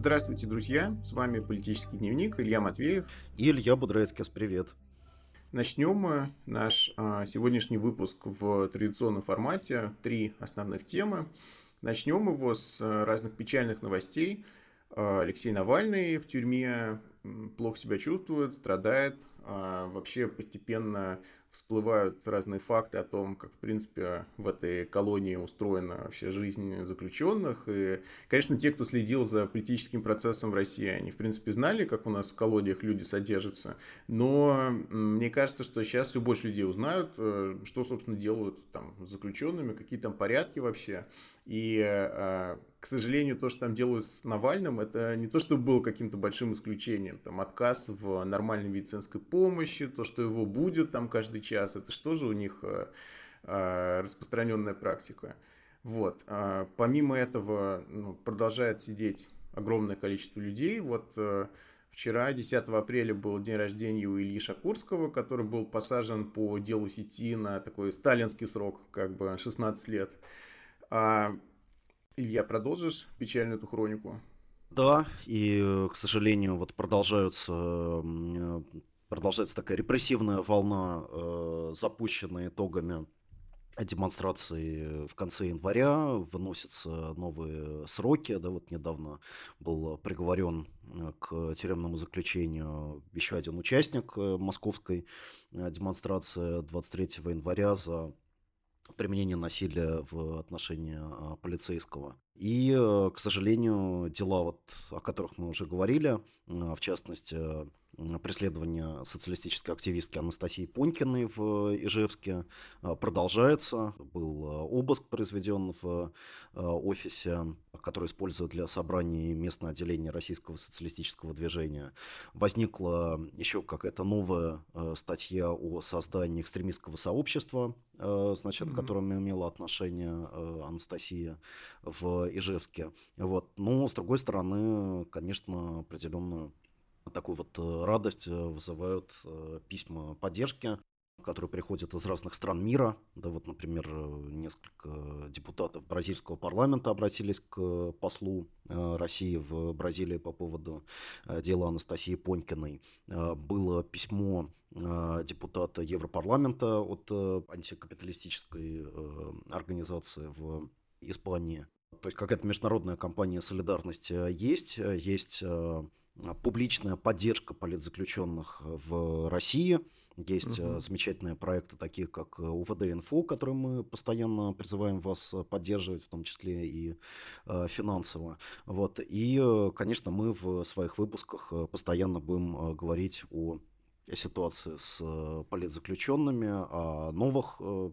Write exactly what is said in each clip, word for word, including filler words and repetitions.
Здравствуйте, друзья! С вами «Политический дневник», Илья Матвеев. И Илья Будрецкис, привет. Начнем мы наш а, сегодняшний выпуск в традиционном формате. Три основных темы. Начнем его с а, разных печальных новостей. А, Алексей Навальный в тюрьме м, плохо себя чувствует, страдает. А, Вообще постепенно всплывают разные факты о том, как, в принципе, в этой колонии устроена вообще жизнь заключенных. И, конечно, те, кто следил за политическим процессом в России, они, в принципе, знали, как у нас в колониях люди содержатся. Но мне кажется, что сейчас все больше людей узнают, э, что, собственно, делают там с заключенными, какие там порядки вообще. И, э, к сожалению, то, что там делают с Навальным, это не то, что было каким-то большим исключением. Там отказ в нормальной медицинской помощи, то, что его будет там каждый час, это что же у них э, э, распространенная практика. Вот. А помимо этого, ну, продолжает сидеть огромное количество людей. Вот э, вчера, десятого апреля, был день рождения у Ильи Шакурского, который был посажен по делу сети на такой сталинский срок, как бы шестнадцать лет. А, Илья, продолжишь печальную эту хронику? Да, и, э, к сожалению, вот продолжаются, м, э, продолжается такая репрессивная волна, э, запущенная итогами демонстрации в конце января. Выносятся новые сроки. Да, вот недавно был приговорен э, к тюремному заключению еще один участник э, московской э, демонстрации двадцать третьего января за применение насилия в отношении а, полицейского. И, э, к сожалению, дела, вот, о которых мы уже говорили, а, в частности, м, преследование социалистической активистки Анастасии Понькиной в Ижевске а, продолжается. Был а, обыск произведен в а, офисе, который используют для собраний местное отделение Российского социалистического движения. Возникла еще какая-то новая э, статья о создании экстремистского сообщества, э, значит, к Мгм. которому имела отношение э, Анастасия в Ижевске. Вот. Но, с другой стороны, конечно, определенную такую вот э, радость э, вызывают э, письма поддержки, которые приходят из разных стран мира. Да, вот, например, э, несколько депутатов бразильского парламента обратились к послу э, России в Бразилии по поводу э, дела Анастасии Понькиной. Э, Было письмо э, депутата Европарламента от э, антикапиталистической э, организации в Испании. То есть какая-то международная кампания солидарности есть, э, есть э, публичная поддержка политзаключенных в России. Есть э, Мгм. замечательные проекты, такие как э, УВД-инфо, которые мы постоянно призываем вас э, поддерживать, в том числе и э, финансово. Вот. И, э, конечно, мы в своих выпусках э, постоянно будем э, говорить о ситуации с э, политзаключенными, о новых э,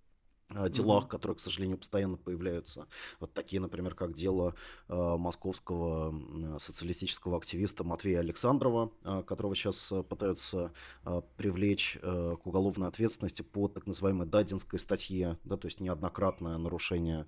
э, Мгм. делах, которые, к сожалению, постоянно появляются. Вот такие, например, как дело э, московского м, социалистического активиста Матвея Александрова, э, которого сейчас э, пытаются э, привлечь э, к уголовной ответственности по так называемой Дадинской статье, да, то есть неоднократное нарушение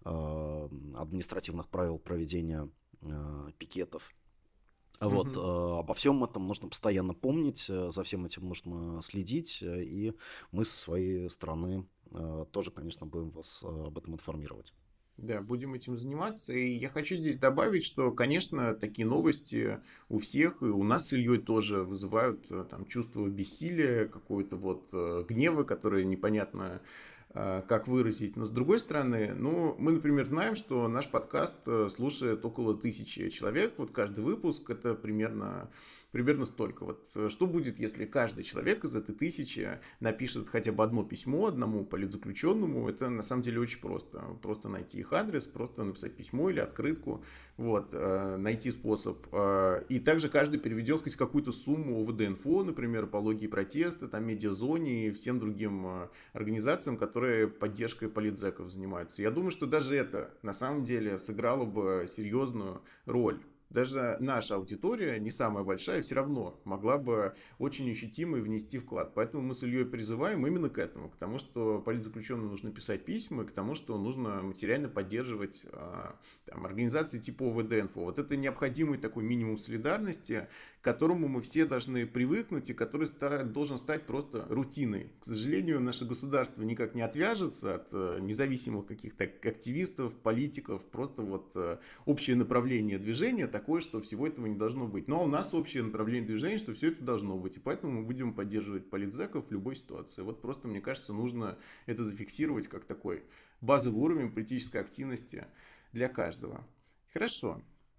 э, административных правил проведения э, пикетов. Вот, э, Мгм. обо всем этом нужно постоянно помнить, э, за всем этим нужно следить, э, и мы со своей стороны э, тоже, конечно, будем вас э, об этом информировать. Да, будем этим заниматься. И я хочу здесь добавить, что, конечно, такие новости у всех, и у нас с Ильей тоже вызывают э, там чувство бессилия, какое-то вот э, гнева, которое непонятно э, как выразить. Но с другой стороны, ну, мы, например, знаем, что наш подкаст э, слушает около тысячи человек. Вот каждый выпуск это примерно, примерно столько. Вот э, что будет, если каждый человек из этой тысячи напишет хотя бы одно письмо одному политзаключенному? Это на самом деле очень просто. Просто найти их адрес, просто написать письмо или открытку, вот, э, найти способ. Э, и также каждый переведет хоть какую-то сумму ОВД-инфо, например, апологии протеста, там, медиазоне и всем другим э, организациям, которые поддержкой политзеков занимаются. Я думаю, что даже это на самом деле сыграло бы серьезную роль. Даже наша аудитория, не самая большая, все равно могла бы очень ощутимый внести вклад. Поэтому мы с Ильей призываем именно к этому, к тому, что политзаключенным нужно писать письма, и к тому, что нужно материально поддерживать а, там, организации типа ОВД-инфо. Вот это необходимый такой минимум солидарности, к которому мы все должны привыкнуть и который ста- должен стать просто рутиной. К сожалению, наше государство никак не отвяжется от э, независимых каких-то активистов, политиков, просто вот э, общее направление движения такое, такое, что всего этого не должно быть. Но у нас общее направление движения, что все это должно быть. И поэтому мы будем поддерживать политзеков в любой ситуации. Вот просто, мне кажется, нужно это зафиксировать как такой базовый уровень политической активности для каждого. Хорошо.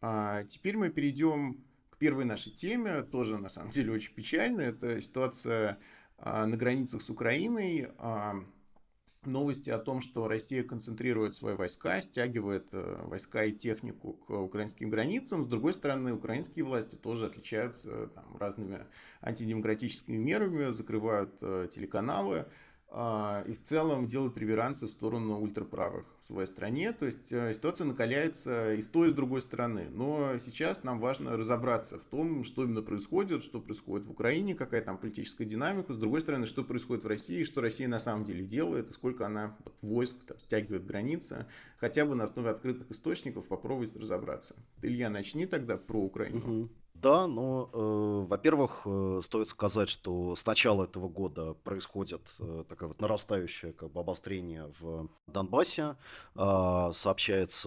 А теперь мы перейдем к первой нашей теме. Тоже, на самом деле, очень печальная. Это ситуация а, на границах с Украиной. А, новости о том, что Россия концентрирует свои войска, стягивает войска и технику к украинским границам. С другой стороны, украинские власти тоже отличаются там, разными антидемократическими мерами, закрывают телеканалы и в целом делают реверансы в сторону ультраправых в своей стране. То есть ситуация накаляется и с той, и с другой стороны. Но сейчас нам важно разобраться в том, что именно происходит, что происходит в Украине, какая там политическая динамика. С другой стороны, что происходит в России, что Россия на самом деле делает, и сколько она вот, войск там, стягивает границы. Хотя бы на основе открытых источников попробовать разобраться. Илья, начни тогда про Украину. Угу. Да, но, э, во-первых, э, стоит сказать, что с начала этого года происходит э, такое вот нарастающее как бы, обострение в Донбассе. Э, сообщается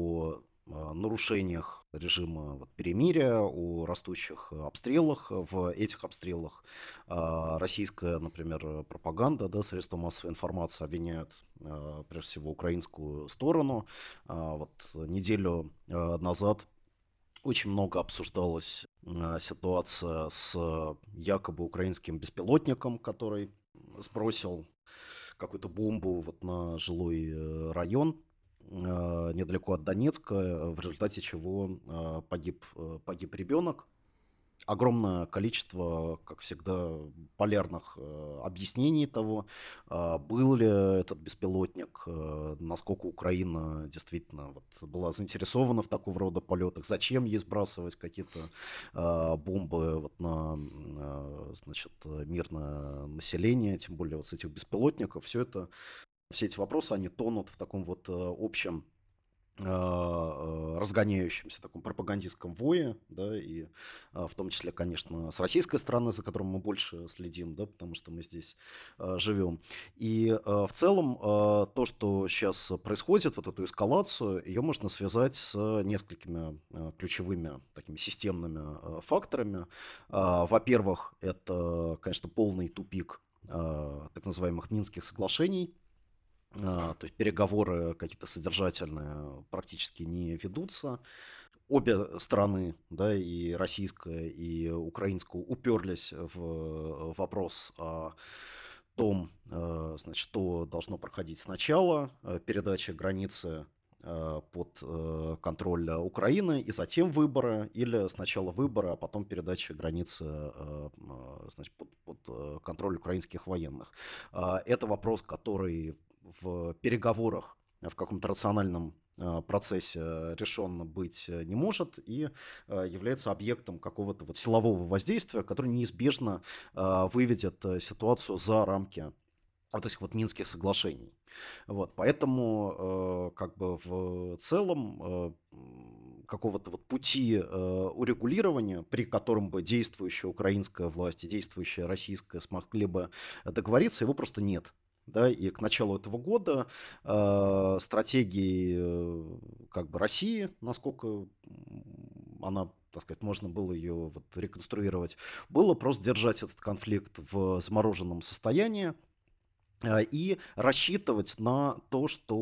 о э, нарушениях режима вот, перемирия, о растущих обстрелах. В этих обстрелах э, российская, например, пропаганда, да, средства массовой информации обвиняют э, прежде всего украинскую сторону. Э, вот неделю э, назад очень много обсуждалась э, ситуация с якобы украинским беспилотником, который сбросил какую-то бомбу вот на жилой э, район э, недалеко от Донецка, в результате чего э, погиб, э, погиб ребенок. Огромное количество, как всегда, полярных э, объяснений того, э, был ли этот беспилотник, э, насколько Украина действительно вот, была заинтересована в такого рода полетах, зачем ей сбрасывать какие-то э, бомбы вот, на э, значит, мирное население, тем более вот с этих беспилотников. Все это, все эти вопросы, они тонут в таком вот э, общем разгоняющемся таком пропагандистском вое, да, и в том числе, конечно, с российской стороны, за которым мы больше следим, да, потому что мы здесь живем. И в целом то, что сейчас происходит, вот эту эскалацию, ее можно связать с несколькими ключевыми такими системными факторами. Во-первых, это, конечно, полный тупик так называемых Минских соглашений. То есть переговоры какие-то содержательные практически не ведутся. Обе стороны, да, и российская, и украинская, уперлись в вопрос о том, значит, что должно проходить сначала, передача границы под контроль Украины и затем выборы, или сначала выборы, а потом передача границы, значит, под, под контроль украинских военных. Это вопрос, который в переговорах в каком-то рациональном процессе решен быть не может и является объектом какого-то вот силового воздействия, которое неизбежно выведет ситуацию за рамки вот этих вот Минских соглашений. Вот, поэтому как бы в целом какого-то вот пути урегулирования, при котором бы действующая украинская власть и действующая российская смогли бы договориться, его просто нет. Да, и к началу этого года э, стратегии э, как бы России, насколько она, так сказать, можно было ее вот реконструировать, было просто держать этот конфликт в замороженном состоянии э, и рассчитывать на то,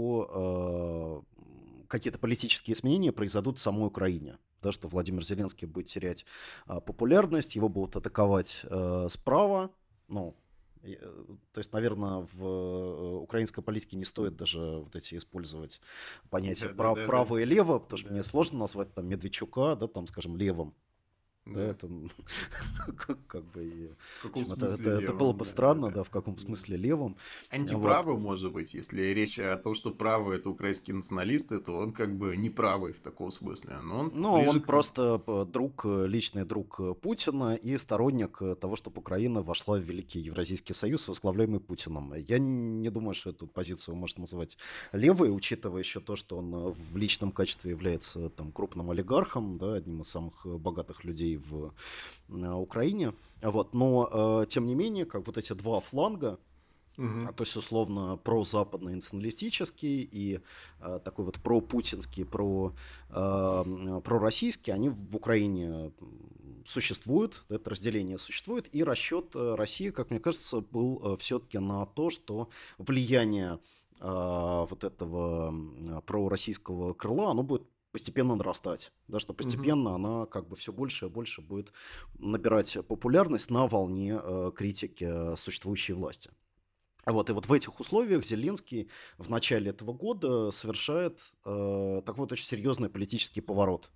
что э, какие-то политические изменения произойдут в самой Украине. Да, что Владимир Зеленский будет терять э, популярность, его будут атаковать э, справа, ну, то есть, наверное, в украинской политике не стоит даже вот эти использовать понятия да, прав, да, да, право да. и лево, потому что да. мне сложно назвать там Медведчука, да, там, скажем, левым. Да, да это как бы это было бы странно, да, в каком смысле левым. Антиправым, может быть, если речь о том, что правый это украинские националисты, то он как бы не правый в таком смысле. Но он, ну, он просто друг, личный друг Путина и сторонник того, чтобы Украина вошла в Великий Евразийский союз, возглавляемый Путиным. Я не думаю, что эту позицию можно называть левой, учитывая еще то, что он в личном качестве является там крупным олигархом, да, одним из самых богатых людей в Украине, вот, но э, тем не менее, как вот эти два фланга, Мгм. А, То есть, условно, прозападный националистический и э, такой вот пропутинский, про, э, м, пророссийский, они в Украине м, существуют, это разделение существует, и расчет э, России, как мне кажется, был все-таки на то, что влияние э, вот этого м, пророссийского крыла, оно будет постепенно нарастать, да, что Мгм. постепенно она как бы все больше и больше будет набирать популярность на волне э, критики существующей власти. Вот, и вот в этих условиях Зеленский в начале этого года совершает э, такой вот очень серьезный политический поворот.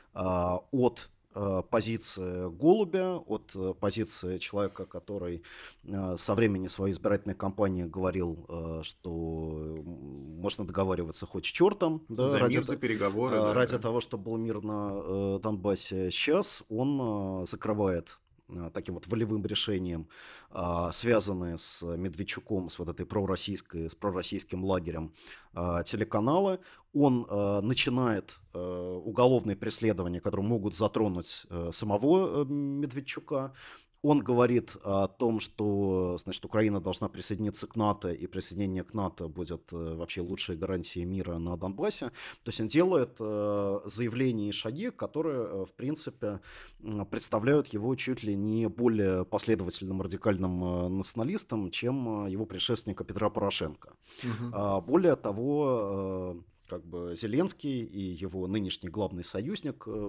А, от э, позиции голубя, от э, позиции человека, который э, со времени своей избирательной кампании говорил, э, что м, можно договариваться хоть с чертом, да, За ради, мир, за то- переговоры, э, да, ради да. того, чтобы был мир на э, Донбассе. Сейчас он э, закрывает э, таким вот волевым решением, а, связанные с Медведчуком, с вот этой пророссийской, с пророссийским лагерем, а, телеканалы. Он э, начинает э, уголовные преследования, которые могут затронуть э, самого э, Медведчука. Он говорит о том, что, значит, Украина должна присоединиться к НАТО, и присоединение к НАТО будет э, вообще лучшей гарантией мира на Донбассе. То есть он делает э, заявления и шаги, которые, э, в принципе, м, представляют его чуть ли не более последовательным радикальным э, националистом, чем э, его предшественника Петра Порошенко. Мгм. А, Более того, э, как бы Зеленский и его нынешний главный союзник э,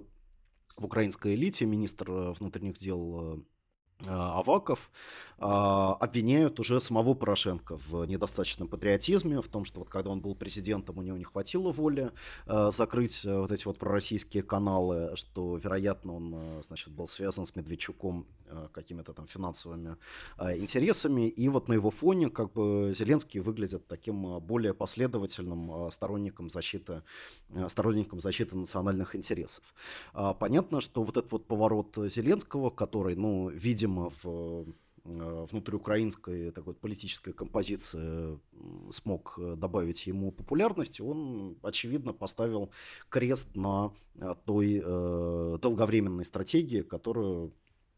в украинской элите, министр э, внутренних дел э, а, Аваков, а, обвиняют уже самого Порошенко в недостаточном патриотизме, в том, что вот когда он был президентом, у него не хватило воли а, закрыть а, вот эти вот пророссийские каналы, что, вероятно, он, а, значит, был связан с Медведчуком а, какими-то там финансовыми а, интересами, и вот на его фоне как бы Зеленский выглядит таким а, более последовательным а, сторонником защиты, а, сторонником защиты национальных интересов. А, Понятно, что вот этот вот поворот Зеленского, который, ну, видимо, в э, внутриукраинской такой вот политической композиции м, смог э, добавить ему популярности, он, очевидно, поставил крест на э, той э, долговременной стратегии, которую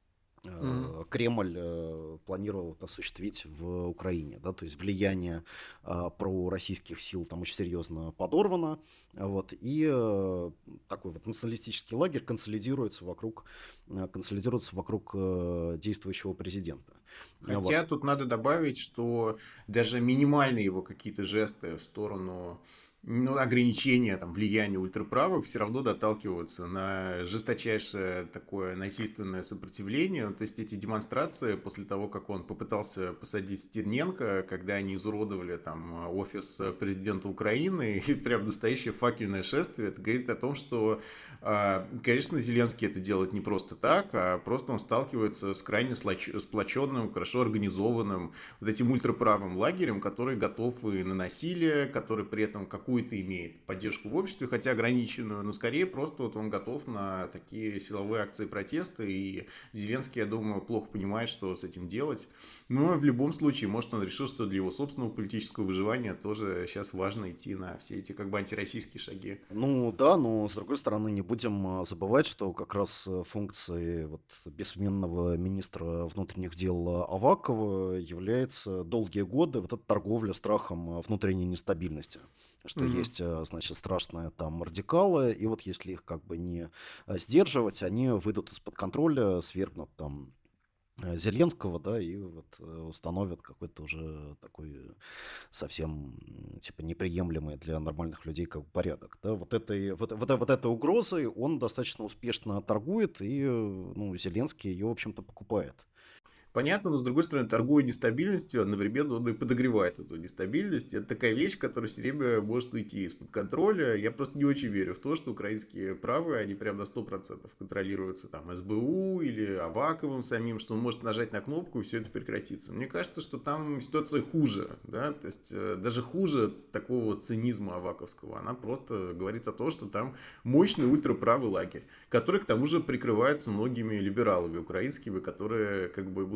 Мгм. э, Кремль э, планировал вот осуществить в Украине, да, то есть влияние э, пророссийских сил там очень серьезно подорвано, а вот, и э, такой вот националистический лагерь консолидируется вокруг, э, консолидируется вокруг э, действующего президента. А вот. Хотя тут надо добавить, что даже минимальные его какие-то жесты в сторону, ну, ограничения там, влияния ультраправых все равно доталкиваются на жесточайшее такое насильственное сопротивление. Ну, то есть эти демонстрации после того, как он попытался посадить Стерненко, когда они изуродовали там офис президента Украины, и прям настоящее факельное шествие, это говорит о том, что, а, конечно, Зеленский это делает не просто так, а просто он сталкивается с крайне слоч- сплоченным, хорошо организованным вот этим ультраправым лагерем, который готов и на насилие, который при этом какую-то имеет поддержку в обществе, хотя ограниченную, но скорее просто вот он готов на такие силовые акции протеста, и Зеленский, я думаю, плохо понимает, что с этим делать. Но в любом случае, может, он решил, что для его собственного политического выживания тоже сейчас важно идти на все эти как бы антироссийские шаги. Ну да, но с другой стороны не будем а, забывать, что как раз э, функцией вот бессменного министра внутренних дел а, Авакова является долгие годы вот эта торговля страхом а, внутренней нестабильности. Что Мгм. есть, а, значит, страшные там радикалы, и вот если их как бы не а, сдерживать, они выйдут из-под контроля, свергнут там э, Зеленского, да, и вот э, установят какой-то уже такой совсем м, типа неприемлемый для нормальных людей как бы порядок, да, вот этой, вот, вот, вот этой угрозой он достаточно успешно торгует, и, э, ну, Зеленский ее, в общем-то, покупает. Понятно, но с другой стороны, торгуя нестабильностью, одновременно он и подогревает эту нестабильность. Это такая вещь, которая все время может уйти из-под контроля. Я просто не очень верю в то, что украинские правые, они прям на сто процентов контролируются там СБУ или Аваковым самим, что он может нажать на кнопку и все это прекратится. Мне кажется, что там ситуация хуже, да, то есть э, даже хуже такого цинизма аваковского. Она просто говорит о том, что там мощный ультраправый лагерь, который к тому же прикрывается многими либералами украинскими, которые как бы ему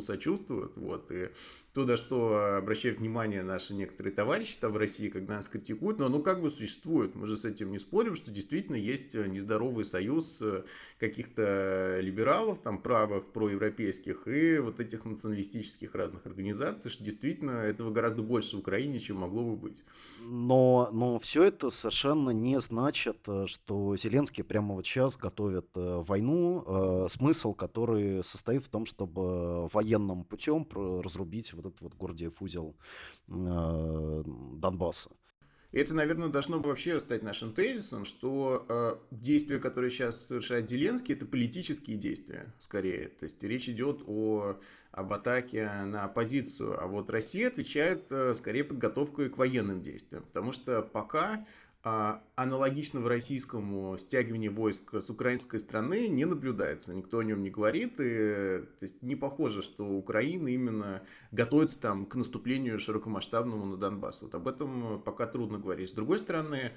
сочувствуют. Вот. И то, на что обращают внимание наши некоторые товарищи там в России, когда нас критикуют, но оно как бы существует. Мы же с этим не спорим, что действительно есть нездоровый союз каких-то либералов, там, правых, проевропейских, и вот этих националистических разных организаций, что действительно этого гораздо больше в Украине, чем могло бы быть. Но, но все это совершенно не значит, что Зеленский прямо вот сейчас готовит войну, смысл который состоит в том, чтобы военным путем разрубить вот этот вот Гордиев узел Донбасса. И это, наверное, должно вообще стать нашим тезисом, что э, действия, которые сейчас совершает Зеленский, это политические действия, скорее. То есть речь идет о, об атаке на оппозицию. А вот Россия отвечает э, скорее подготовкой к военным действиям. Потому что пока э, аналогичного российскому стягивания войск с украинской стороны не наблюдается. Никто о нем не говорит. И, то есть не похоже, что Украина именно готовится там, к наступлению широкомасштабному на Донбасс. Вот об этом пока трудно говорить. С другой стороны,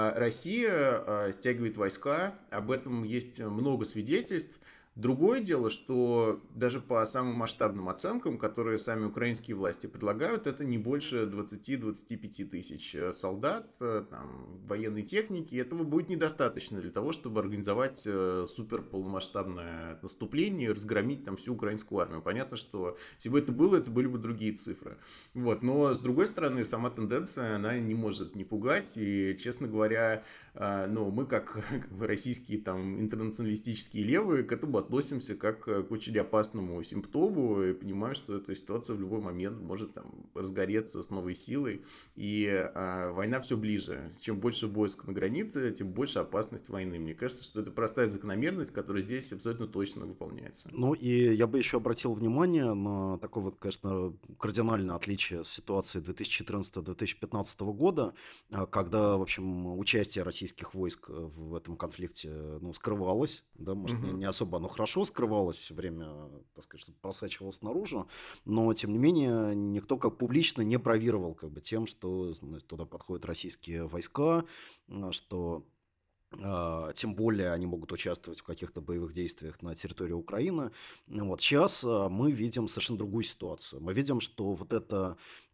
Россия стягивает войска, об этом есть много свидетельств. Другое дело, что даже по самым масштабным оценкам, которые сами украинские власти предлагают, это не больше двадцать-двадцать пять тысяч солдат, там, военной техники. Этого будет недостаточно для того, чтобы организовать супер полномасштабное наступление и разгромить там всю украинскую армию. Понятно, что если бы это было, это были бы другие цифры. Вот. Но, с другой стороны, сама тенденция, она не может не пугать. И, честно говоря, ну, мы, как, как российские там, интернационалистические левые, к этому относимся как к очень опасному симптому и понимаем, что эта ситуация в любой момент может там, разгореться с новой силой. И а, война все ближе. Чем больше войск на границе, тем больше опасность войны. Мне кажется, что это простая закономерность, которая здесь абсолютно точно выполняется. Ну и я бы еще обратил внимание на такое вот, конечно, кардинальное отличие ситуации две тысячи четырнадцатого - две тысячи пятнадцатого года, когда, в общем, участие российских войск в этом конфликте, ну, скрывалось, да, может, угу. не, не особо оно хорошо скрывалось, все время, так сказать, что-то просачивалось наружу, но, тем не менее, никто как публично не бравировал как бы тем, что туда подходят российские войска, что... тем более они могут участвовать в каких-то боевых действиях на территории Украины. Вот сейчас мы видим совершенно другую ситуацию. Мы видим, что вот эта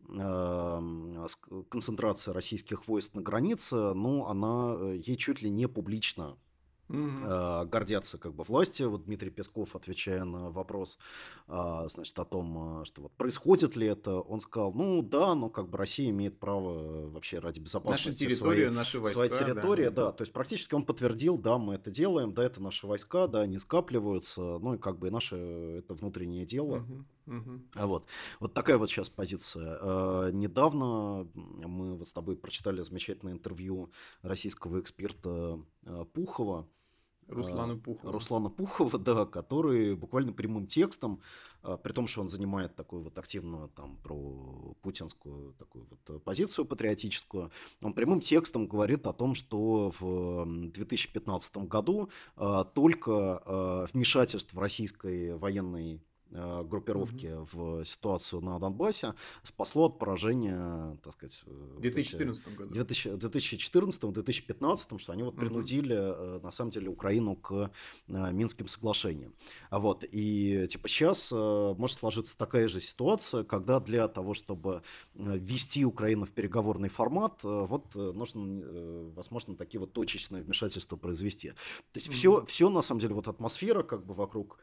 концентрация российских войск на границе, ну, она ей чуть ли не публично Mm-hmm. гордятся как бы власти. Вот Дмитрий Песков, отвечая на вопрос, значит, о том, что вот происходит ли это, он сказал, ну да, но как бы Россия имеет право вообще ради безопасности наша территория, своей, наши войска, своей территории, да. да. да, то есть практически он подтвердил, да, мы это делаем, да, это наши войска, да, они скапливаются, ну и как бы и наше это внутреннее дело. Mm-hmm. Uh-huh. Вот. Вот такая вот сейчас позиция. Э, недавно мы вот с тобой прочитали замечательное интервью российского эксперта э, Пухова. Руслана Пухова. Руслана Пухова, да, который буквально прямым текстом, э, при том, что он занимает такую вот активную там про путинскую такую вот позицию патриотическую, он прямым текстом говорит о том, что в две тысячи пятнадцатом году э, только э, вмешательство российской военной группировки mm-hmm. в ситуацию на Донбассе спасло от поражения, так сказать, в две тысячи четырнадцатом году. две тысячи четырнадцатом - две тысячи пятнадцатом, что они вот принудили, mm-hmm. на самом деле, Украину к Минским соглашениям. Вот. И типа сейчас может сложиться такая же ситуация, когда для того, чтобы ввести Украину в переговорный формат, вот нужно, возможно, такие вот точечные вмешательства произвести. То есть mm-hmm. все, все, на самом деле, вот атмосфера как бы вокруг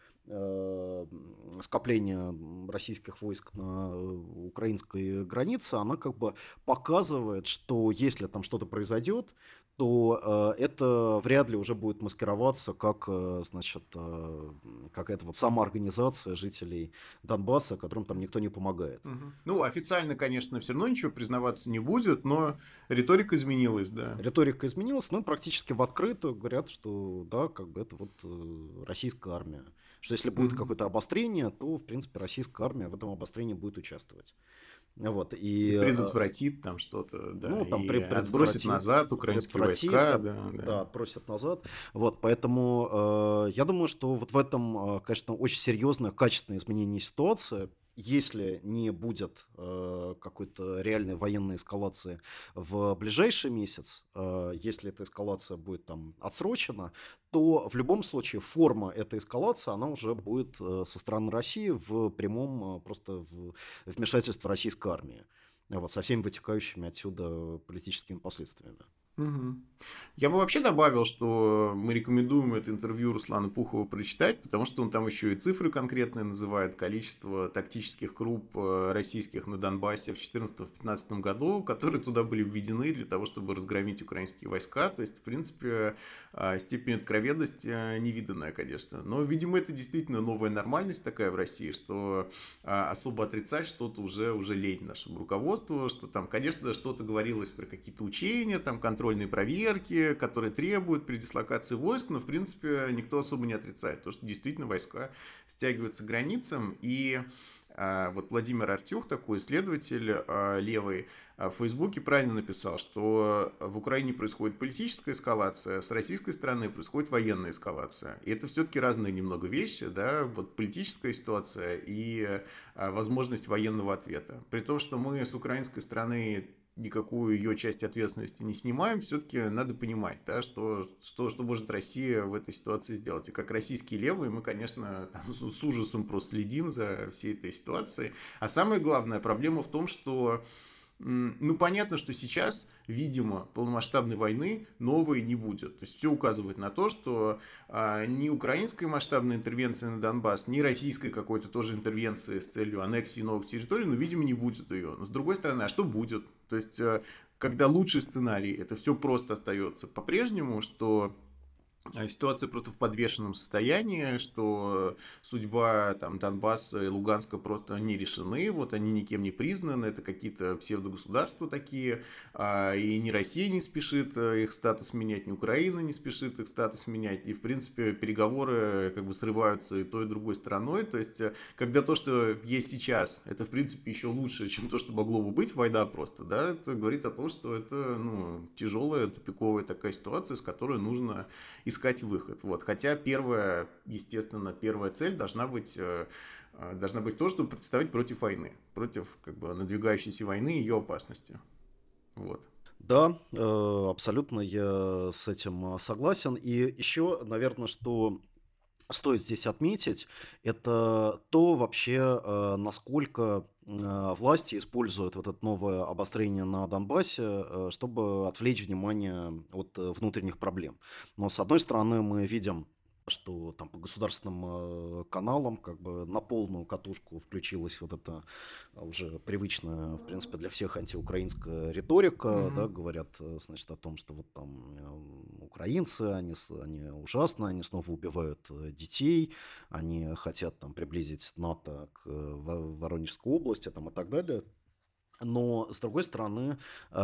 скопления российских войск на украинской границе, она как бы показывает, что если там что-то произойдет, то э, это вряд ли уже будет маскироваться как, э, значит, э, какая-то вот самоорганизация жителей Донбасса, которым там никто не помогает. Угу. Ну, официально, конечно, все равно ничего признаваться не будет, но риторика изменилась, да. Риторика изменилась, но практически в открытую говорят, что да, как бы это вот э, российская армия. Что если будет mm-hmm. какое-то обострение, то, в принципе, российская армия в этом обострении будет участвовать. Вот, и, предотвратит там что-то, да, ну, там, и при, отбросит назад украинские войска. Да, да. да, отбросит назад. Вот, поэтому э, я думаю, что вот в этом, конечно, очень серьезное, качественное изменение ситуации. если не будет э, какой-то реальной военной эскалации в ближайший месяц, э, если эта эскалация будет там отсрочена, то в любом случае форма этой эскалации, она уже будет э, со стороны России в прямом э, просто в вмешательстве российской армии. Вот, со всеми вытекающими отсюда политическими последствиями. Угу. Я бы вообще добавил, что мы рекомендуем это интервью Руслана Пухова прочитать, потому что он там еще и цифры конкретные называет, количество тактических групп российских на Донбассе в две тысячи четырнадцатом — две тысячи пятнадцатом году, которые туда были введены для того, чтобы разгромить украинские войска. То есть, в принципе, степень откровенности невиданная, конечно. Но, видимо, это действительно новая нормальность такая в России, что особо отрицать что-то уже, уже лень нашему руководству, что там, конечно, что-то говорилось про какие-то учения, там, контроль контрольные проверки, которые требуют при дислокации войск, но, в принципе, никто особо не отрицает. То, что действительно войска стягиваются к границам. И а, вот Владимир Артюх, такой исследователь а, левый, а, в Фейсбуке правильно написал, что в Украине происходит политическая эскалация, с российской стороны происходит военная эскалация. И это все-таки разные немного вещи, да, вот политическая ситуация и а, возможность военного ответа. При том, что мы с украинской стороны никакую ее часть ответственности не снимаем, все-таки надо понимать, да, что, что, что может Россия в этой ситуации сделать. И как российские левые мы, конечно, там, с ужасом просто следим за всей этой ситуацией. А самая главная проблема в том, что ну, понятно, что сейчас, видимо, полномасштабной войны новой не будет. То есть все указывает на то, что а, ни украинской масштабной интервенции на Донбасс, ни российской какой-то тоже интервенции с целью аннексии новых территорий, ну, видимо, не будет ее. Но с другой стороны, а что будет? То есть, когда лучший сценарий, это все просто остается по-прежнему, что ситуация просто в подвешенном состоянии, что судьба там, Донбасса и Луганска просто не решены, вот они никем не признаны, это какие-то псевдогосударства такие, и ни Россия не спешит их статус менять, ни Украина не спешит их статус менять, и в принципе переговоры как бы срываются и той, и другой стороной, то есть когда то, что есть сейчас, это в принципе еще лучше, чем то, что могло бы быть, война просто, да, это говорит о том, что это ну, тяжелая, тупиковая такая ситуация, с которой нужно искать выход. Вот. Хотя первая, естественно, первая цель должна быть, должна быть то, чтобы представить против войны, против как бы, надвигающейся войны и ее опасности. Вот. Да, абсолютно я с этим согласен. И еще, наверное, что стоит здесь отметить, это то вообще, насколько власти используют вот это новое обострение на Донбассе, чтобы отвлечь внимание от внутренних проблем. Но с одной стороны мы видим, что там по государственным э, каналам как бы на полную катушку включилась вот эта уже привычная, в принципе, для всех антиукраинская риторика, mm-hmm. да, говорят, значит, о том, что вот там э, украинцы, они, они ужасны, они снова убивают детей, они хотят там приблизить НАТО к э, Воронежской области там, и так далее. Но, с другой стороны,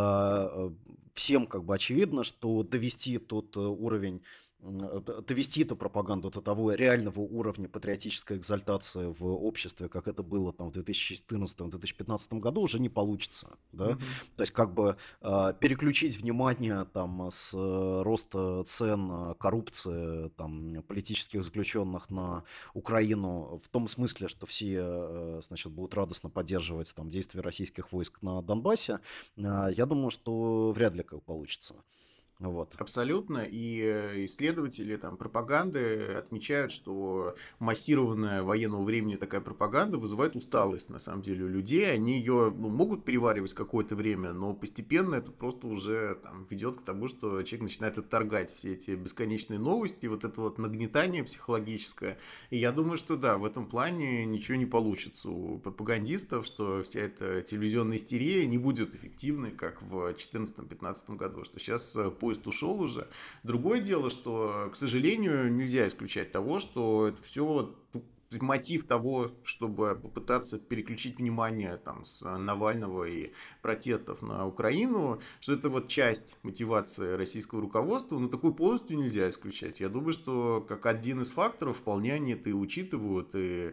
э, всем как бы очевидно, что довести тот уровень, довести эту пропаганду до того реального уровня патриотической экзальтации в обществе, как это было там в две тысячи четырнадцатом — две тысячи пятнадцатом году, уже не получится. Да? Mm-hmm. То есть как бы э, переключить внимание там, с э, роста цен, коррупции там, политических заключенных на Украину в том смысле, что все э, значит, будут радостно поддерживать там, действия российских войск на Донбассе, э, я думаю, что вряд ли как получится. Вот. Абсолютно. И исследователи там, пропаганды отмечают, что массированная военного времени такая пропаганда вызывает усталость, на самом деле, у людей. Они ее ну, могут переваривать какое-то время, но постепенно это просто уже там, ведет к тому, что человек начинает отторгать все эти бесконечные новости, вот это вот нагнетание психологическое. И я думаю, что да, в этом плане ничего не получится у пропагандистов, что вся эта телевизионная истерия не будет эффективной, как в две тысячи четырнадцатом — две тысячи пятнадцатом году, что сейчас по поезд ушел уже. Другое дело, что, к сожалению, нельзя исключать того, что это все мотив того, чтобы попытаться переключить внимание там, с Навального и протестов на Украину, что это вот часть мотивации российского руководства, но такую полностью нельзя исключать. Я думаю, что как один из факторов вполне они это и учитывают, и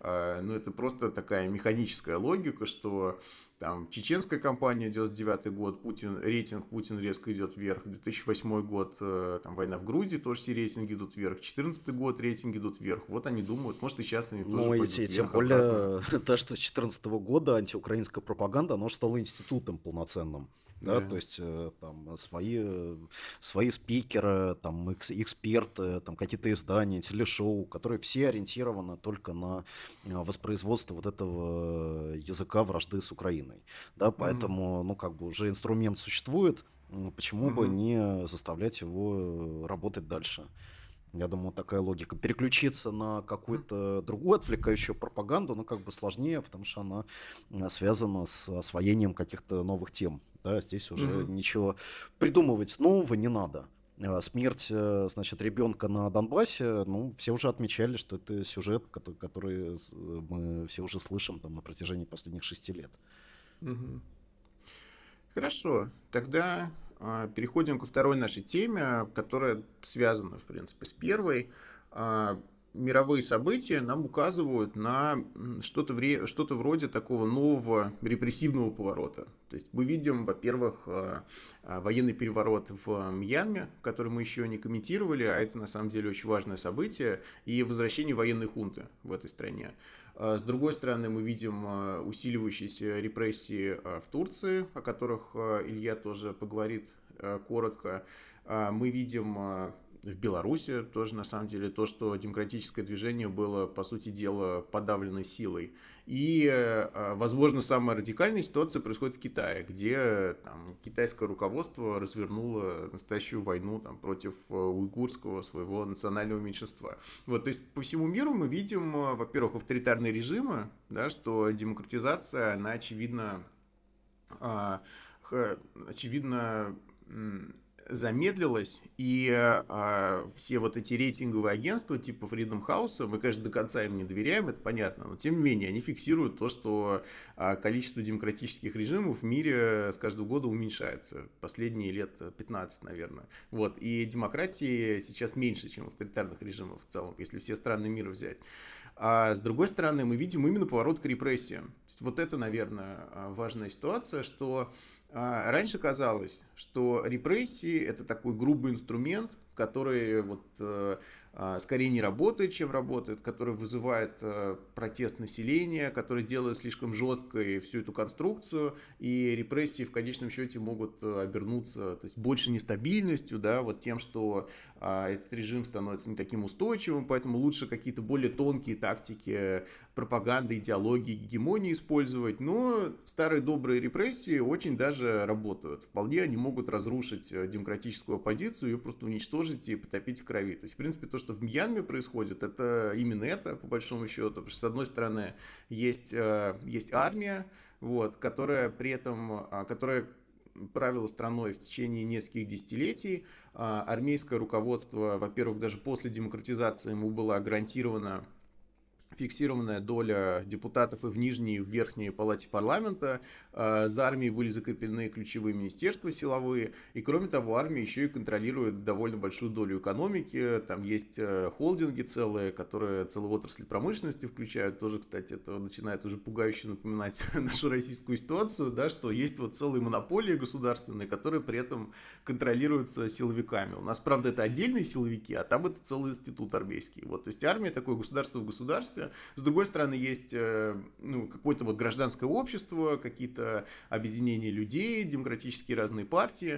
А, ну, это просто такая механическая логика, что там чеченская кампания, девяносто девятый год, Путин, рейтинг Путина резко идет вверх, две тысячи восьмой год, там война в Грузии, тоже все рейтинги идут вверх, две тысячи четырнадцатый год рейтинги идут вверх. Вот они думают, может и сейчас они тоже Ну, и пойдут те- тем вверх обратно. более, то, что с две тысячи четырнадцатого года антиукраинская пропаганда, она стала институтом полноценным. Да, Да. то есть э, там свои, э, свои спикеры, там экс- эксперты, там какие-то издания, телешоу, которые все ориентированы только на э, воспроизводство вот этого языка вражды с Украиной. Да, Мгм. поэтому, ну, как бы уже инструмент существует, м, почему бы Мгм. не заставлять его э, работать дальше? Я думаю, такая логика. Переключиться на какую-то другую отвлекающую пропаганду, ну, как бы сложнее, потому что она э, связана с освоением каких-то новых тем. Да, здесь уже Мгм. ничего придумывать нового не надо. Э, Смерть, э, значит, ребенка на Донбассе, ну, все уже отмечали, что это сюжет, который, который с- мы все уже слышим там на протяжении последних шести лет. Мгм. Хорошо, тогда а, переходим ко второй нашей теме, которая связана, в принципе, с первой. А, мировые события нам указывают на м, что-то, вре- что-то вроде такого нового репрессивного поворота. То есть мы видим, во-первых, а, а, военный переворот в Мьянме, который мы еще не комментировали, а это на самом деле очень важное событие, и возвращение военной хунты в этой стране. А С другой стороны, мы видим а, усиливающиеся репрессии а, в Турции, о которых а, Илья тоже поговорит а, коротко. А, Мы видим а, в Беларуси тоже, на самом деле, то, что демократическое движение было, по сути дела, подавлено силой. И, а, возможно, самая радикальная ситуация происходит в Китае, где там, китайское руководство развернуло настоящую войну там, против а, уйгурского своего национального меньшинства. Вот, то есть по всему миру мы видим, э, во-первых, авторитарные режимы, да, что демократизация, она очевидно, а, х- очевидно м, замедлилась, и а, все вот эти рейтинговые агентства типа Freedom House, мы, конечно, до конца им не доверяем, это понятно, но тем не менее они фиксируют то, что а, количество демократических режимов в мире с каждого года уменьшается. Последние лет пятнадцать, наверное. Вот. И демократии сейчас меньше, чем авторитарных режимов в целом, если все страны мира взять. А с другой стороны, мы видим именно поворот к репрессиям. То есть вот это, наверное, важная ситуация, что а, раньше казалось, что репрессии это такой грубый инструмент, который вот э, а, скорее не работает, чем работает, который вызывает э, протест населения, который делает слишком жесткой всю эту конструкцию, и репрессии в конечном счете могут э, обернуться, то есть больше нестабильностью, да, вот тем, что а, этот режим становится не таким устойчивым, поэтому лучше какие-то более тонкие тактики пропаганды, идеологии, гегемонии использовать, но старые добрые репрессии очень даже работают. Вполне они могут разрушить э, демократическую оппозицию, ее просто уничтожить и потопить в крови. То есть, в принципе, то, что в Мьянме происходит, это именно это, по большому счету. Потому что, с одной стороны, есть, э, есть армия, вот, которая при этом, а, которая правила страной в течение нескольких десятилетий. А, Армейское руководство, во-первых, даже после демократизации ему была гарантирована фиксированная доля депутатов и в нижней, и в верхней палате парламента. За армией были закреплены ключевые министерства силовые. И кроме того, армия еще и контролирует довольно большую долю экономики. Там есть холдинги целые, которые целую отрасль промышленности включают. Тоже, кстати, это начинает уже пугающе напоминать нашу российскую ситуацию, да, что есть вот целые монополии государственные, которые при этом контролируются силовиками. У нас, правда, это отдельные силовики, а там это целый институт армейский. Вот, то есть армия такое государство в государстве. С другой стороны, есть ну, какое-то вот гражданское общество, какие-то объединения людей, демократические разные партии.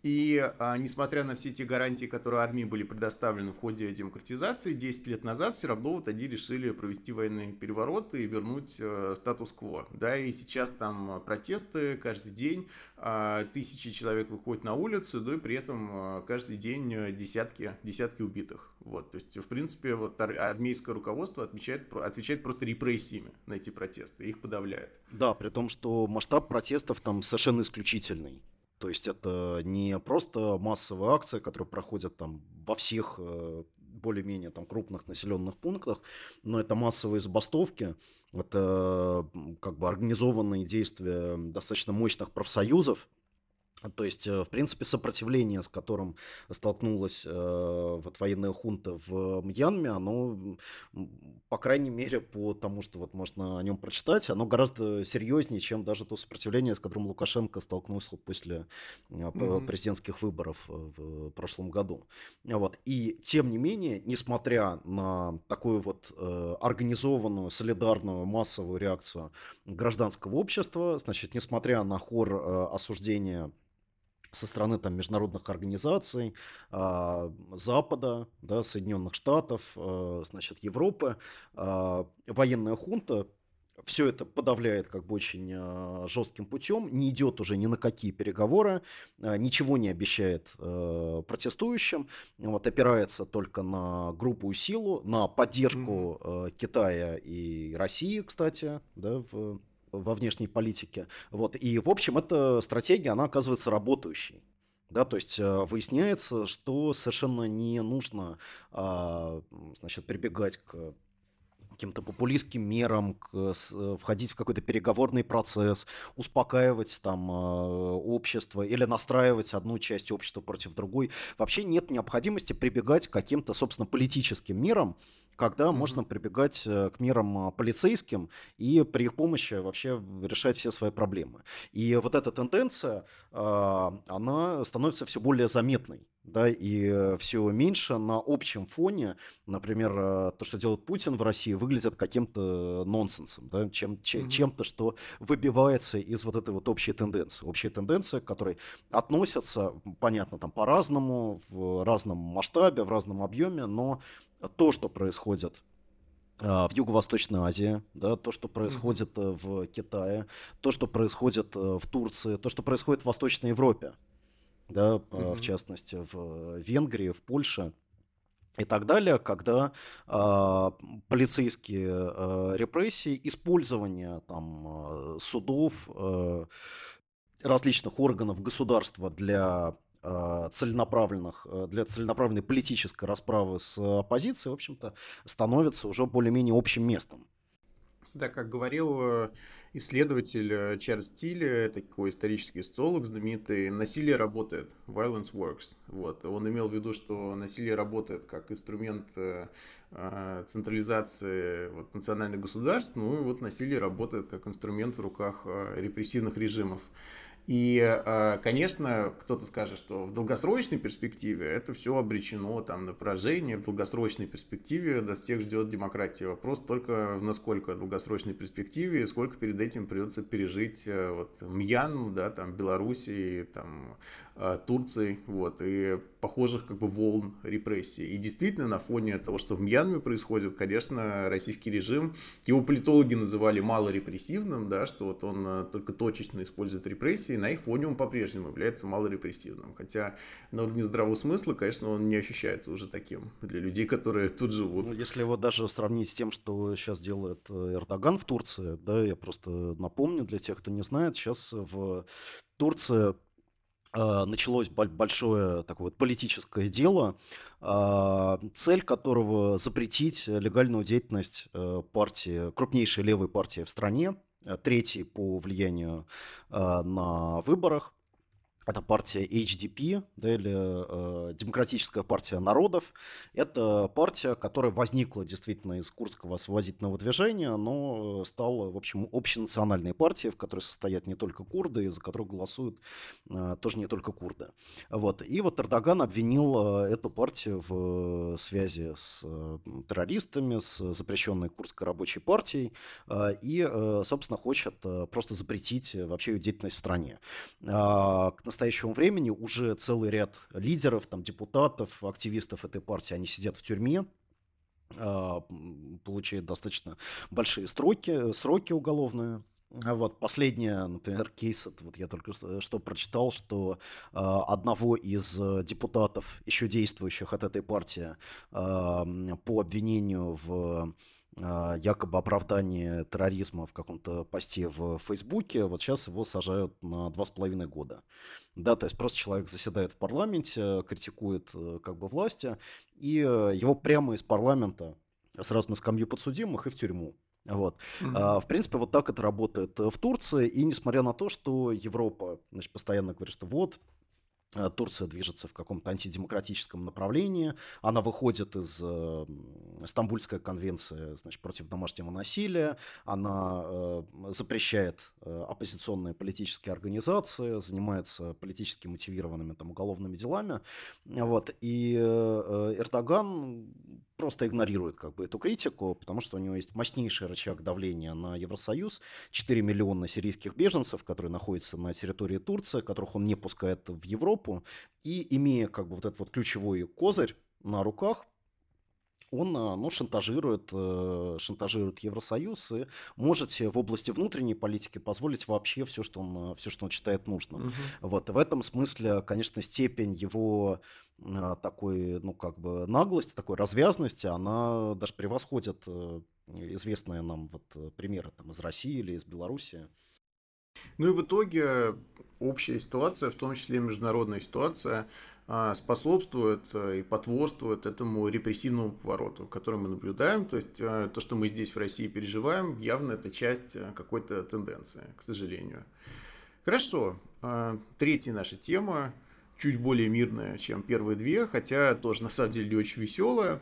И а, несмотря на все те гарантии, которые армии были предоставлены в ходе демократизации, десять лет назад все равно вот они решили провести военный переворот и вернуть э, статус-кво. Да, и сейчас там протесты каждый день, э, тысячи человек выходят на улицу, да, и при этом э, каждый день десятки, десятки убитых. Вот, то есть, в принципе, вот ар- армейское руководство отмечает, отвечает просто репрессиями на эти протесты, их подавляет. Да, при том, что масштаб протестов там совершенно исключительный. То есть это не просто массовые акции, которые проходят там во всех э, более-менее там крупных населенных пунктах, но это массовые забастовки, это м, как бы организованные действия достаточно мощных профсоюзов, То есть, э, в принципе, сопротивление, с которым столкнулась э, вот военная хунта в Мьянме, оно, м, по крайней мере, по тому, что вот можно о нем прочитать, оно гораздо серьезнее, чем даже то сопротивление, с которым Лукашенко столкнулся после э, п- Мгм. президентских выборов э, в прошлом году. Вот. И тем не менее, несмотря на такую вот э, организованную, солидарную, массовую реакцию гражданского общества, значит, несмотря на хор э, осуждения со стороны там международных организаций, а, Запада, да, Соединенных Штатов, а, значит, Европы, а, военная хунта все это подавляет как бы очень а, жестким путем, не идет уже ни на какие переговоры, а, ничего не обещает а, протестующим, вот, опирается только на грубую силу, на Мгм. поддержку а, Китая и России, кстати, да, в во внешней политике. Вот. И, в общем, эта стратегия, она оказывается работающей. Да, то есть э, выясняется, что совершенно не нужно а, м, значит, прибегать к каким-то популистским мерам, к, с- э, входить в какой-то переговорный процесс, успокаивать там э, общество или настраивать одну часть общества против другой. Вообще нет необходимости прибегать к каким-то, собственно, политическим мерам, когда можно Мгм. прибегать э, к мерам э, полицейским и при их помощи вообще решать все свои проблемы. И вот эта тенденция, э, она становится все более заметной. Да, и все меньше на общем фоне, например, э, то, что делает Путин в России, выглядит каким-то нонсенсом, да, чем, че- Мгм. чем-то, что выбивается из вот этой вот общей тенденции. Общая тенденция, к которой относятся, понятно, там по-разному, в разном масштабе, в разном объеме, но то, что происходит а, в Юго-Восточной Азии, да, то, что Мгм. происходит э, в Китае, то, что происходит э, в Турции, то, что происходит в Восточной Европе, да, а, в Мгм. частности в Венгрии, в Польше и так далее, когда а, полицейские а, репрессии, использование там а, судов, а, различных органов государства для а, целенаправленных, а, для целенаправленной политической расправы с оппозицией, в общем-то, становится уже более-менее общим местом. Да, как говорил э, исследователь э, Чарльз Тилли, такой исторический социолог знаменитый, насилие работает, violence works. Вот. Он имел в виду, что насилие работает как инструмент э, э, централизации вот, национальных государств, ну и вот насилие работает как инструмент в руках э, репрессивных режимов. И, э, конечно, кто-то скажет, что в долгосрочной перспективе это все обречено там, на поражение, в долгосрочной перспективе нас всех ждет демократия. Вопрос только в насколько долгосрочной перспективе, сколько перед этим придется пережить э, вот, Мьянму, да, там, Белоруссии, там, э, Турции, вот, и похожих как бы волн репрессий. И действительно, на фоне того, что в Мьянме происходит, конечно, российский режим, его политологи называли малорепрессивным, да, что вот он э, только точечно использует репрессии, на их фоне он по-прежнему является малорепрессивным. Хотя на уровне здравого смысла, конечно, он не ощущается уже таким для людей, которые тут живут. Ну, если его даже сравнить с тем, что сейчас делает э, Эрдоган в Турции, да, я просто напомню для тех, кто не знает, сейчас в Турции а, началось боль- большое такое вот политическое дело, а, цель которого запретить легальную деятельность э, партии, крупнейшей левой партии в стране, э, третьей по влиянию а, на выборах. Это партия эйч ди пи, да, или э, Демократическая партия народов. Это партия, которая возникла действительно из курдского освободительного движения, но э, стала, в общем, общенациональной партией, в которой состоят не только курды, и за которую голосуют э, тоже не только курды. Вот. И вот Эрдоган обвинил э, эту партию в э, связи с э, террористами, с запрещенной курдской рабочей партией, э, и, э, собственно, хочет э, просто запретить э, вообще ее деятельность в стране. А, К настоящему времени уже целый ряд лидеров, там, депутатов, активистов этой партии, они сидят в тюрьме, а, м, получают достаточно большие сроки, сроки уголовные. А Вот последняя, например, кейс, это вот я только с- что прочитал, что а, одного из э, депутатов, еще действующих от этой партии, а, м, по обвинению в а, якобы оправдании терроризма в каком-то посте в Фейсбуке, вот сейчас его сажают на два с половиной года. Да, то есть просто человек заседает в парламенте, критикует э, как бы власти, и э, его прямо из парламента сразу на скамью подсудимых и в тюрьму. Вот. Мгм. А, В принципе, вот так это работает э, в Турции. И несмотря на то, что Европа, значит, постоянно говорит, что вот, э, Турция движется в каком-то антидемократическом направлении. Она выходит из э, м, Стамбульской конвенции, значит, против домашнего насилия. Она э, запрещает э, оппозиционные политические организации, занимается политически мотивированными там уголовными делами. Вот. И э, э, Эрдоган просто игнорирует как бы эту критику, потому что у него есть мощнейший рычаг давления на Евросоюз. четыре миллиона сирийских беженцев, которые находятся на территории Турции, которых он не пускает в Европу. И имея как бы вот этот вот ключевой козырь на руках, он, а, ну, шантажирует, э, шантажирует Евросоюз и может себе в области внутренней политики позволить вообще все, что он, все, что он считает нужным. Мгм. Вот. В этом смысле, конечно, степень его а, такой, ну, как бы наглости, такой развязности, она даже превосходит э, известные нам вот э, примеры там, из России или из Белоруссии. Ну и в итоге общая ситуация, в том числе международная ситуация, а, способствует э, и потворствует этому репрессивному повороту, который мы наблюдаем. То есть э, то, что мы здесь в России переживаем, явно это часть э, какой-то тенденции, к сожалению. Хорошо. А, Третья наша тема, чуть более мирная, чем первые две, хотя тоже на самом деле не очень веселая.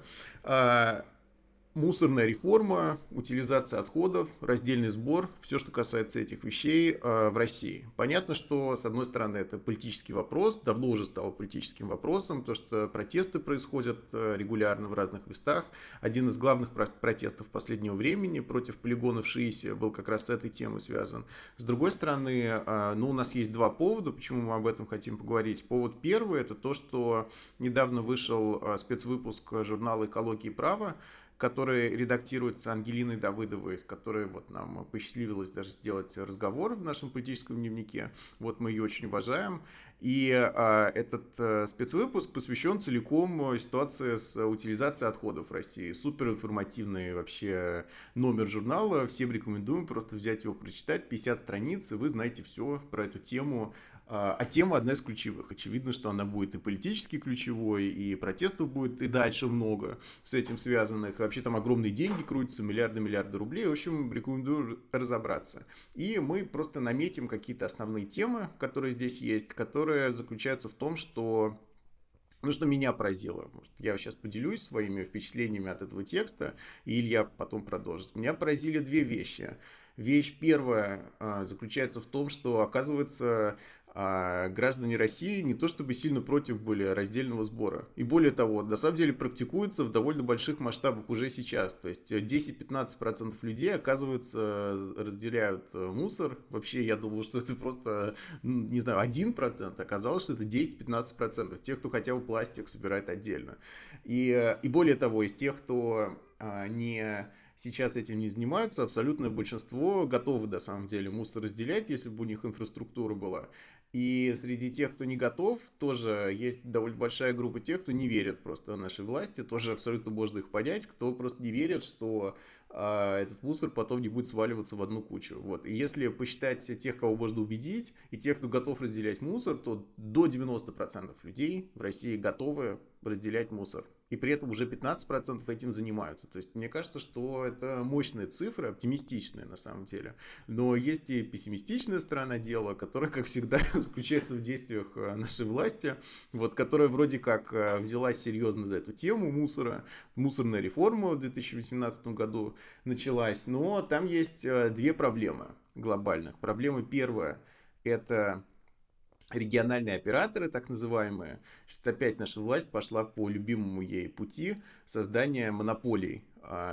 А, Мусорная реформа, утилизация отходов, раздельный сбор, все, что касается этих вещей э, в России. Понятно, что, с одной стороны, это политический вопрос, давно уже стал политическим вопросом, то, что протесты происходят э, регулярно в разных местах. Один из главных протестов последнего времени против полигона в Шиисе был как раз с этой темой связан. С другой стороны, э, ну, у нас есть два повода, почему мы об этом хотим поговорить. Повод первый – это то, что недавно вышел э, спецвыпуск журнала «Экология и право», который редактируется Ангелиной Давыдовой, с которой вот нам посчастливилось даже сделать разговор в нашем политическом дневнике. Вот мы ее очень уважаем. И а, этот а, спецвыпуск посвящен целиком ситуации с утилизацией отходов в России. Супер информативный вообще номер журнала. Всем рекомендуем просто взять его, прочитать. пятьдесят страниц, и вы знаете все про эту тему. А тема одна из ключевых. Очевидно, что она будет и политически ключевой, и протестов будет и дальше много с этим связанных. Вообще там огромные деньги крутятся, миллиарды-миллиарды рублей. В общем, рекомендую разобраться. И мы просто наметим какие-то основные темы, которые здесь есть, которые заключаются в том, что ну, что меня поразило. Может, я сейчас поделюсь своими впечатлениями от этого текста, и Илья потом продолжит. Меня поразили две вещи. Вещь первая а, заключается в том, что, оказывается, а, граждане России не то чтобы сильно против были раздельного сбора. И более того, на самом деле практикуется в довольно больших масштабах уже сейчас. То есть десять-пятнадцать процентов людей, оказывается, разделяют э, мусор. Вообще, я думал, что это просто, ну, не знаю, один процент. Оказалось, что это десять-пятнадцать процентов. Тех, кто хотя бы пластик собирает отдельно. И, э, и более того, из тех, кто а, не сейчас этим не занимаются, абсолютное большинство готовы, на самом деле, мусор разделять, если бы у них инфраструктура была. И среди тех, кто не готов, тоже есть довольно большая группа тех, кто не верит просто в нашей власти. Тоже абсолютно можно их понять, кто просто не верит, что а, этот мусор потом не будет сваливаться в одну кучу. Вот. И если посчитать тех, кого можно убедить, и тех, кто готов разделять мусор, то до девяноста процентов людей в России готовы разделять мусор. И при этом уже пятнадцать процентов этим занимаются. То есть мне кажется, что это мощные цифры, оптимистичные на самом деле. Но есть и пессимистичная сторона дела, которая, как всегда, заключается в действиях нашей власти, вот, которая вроде как взялась серьезно за эту тему мусора. Мусорная реформа в две тысячи восемнадцатом году началась. Но там есть две проблемы глобальных. Проблема первая – это региональные операторы, так называемые. Сейчас опять наша власть пошла по любимому ей пути создания монополий.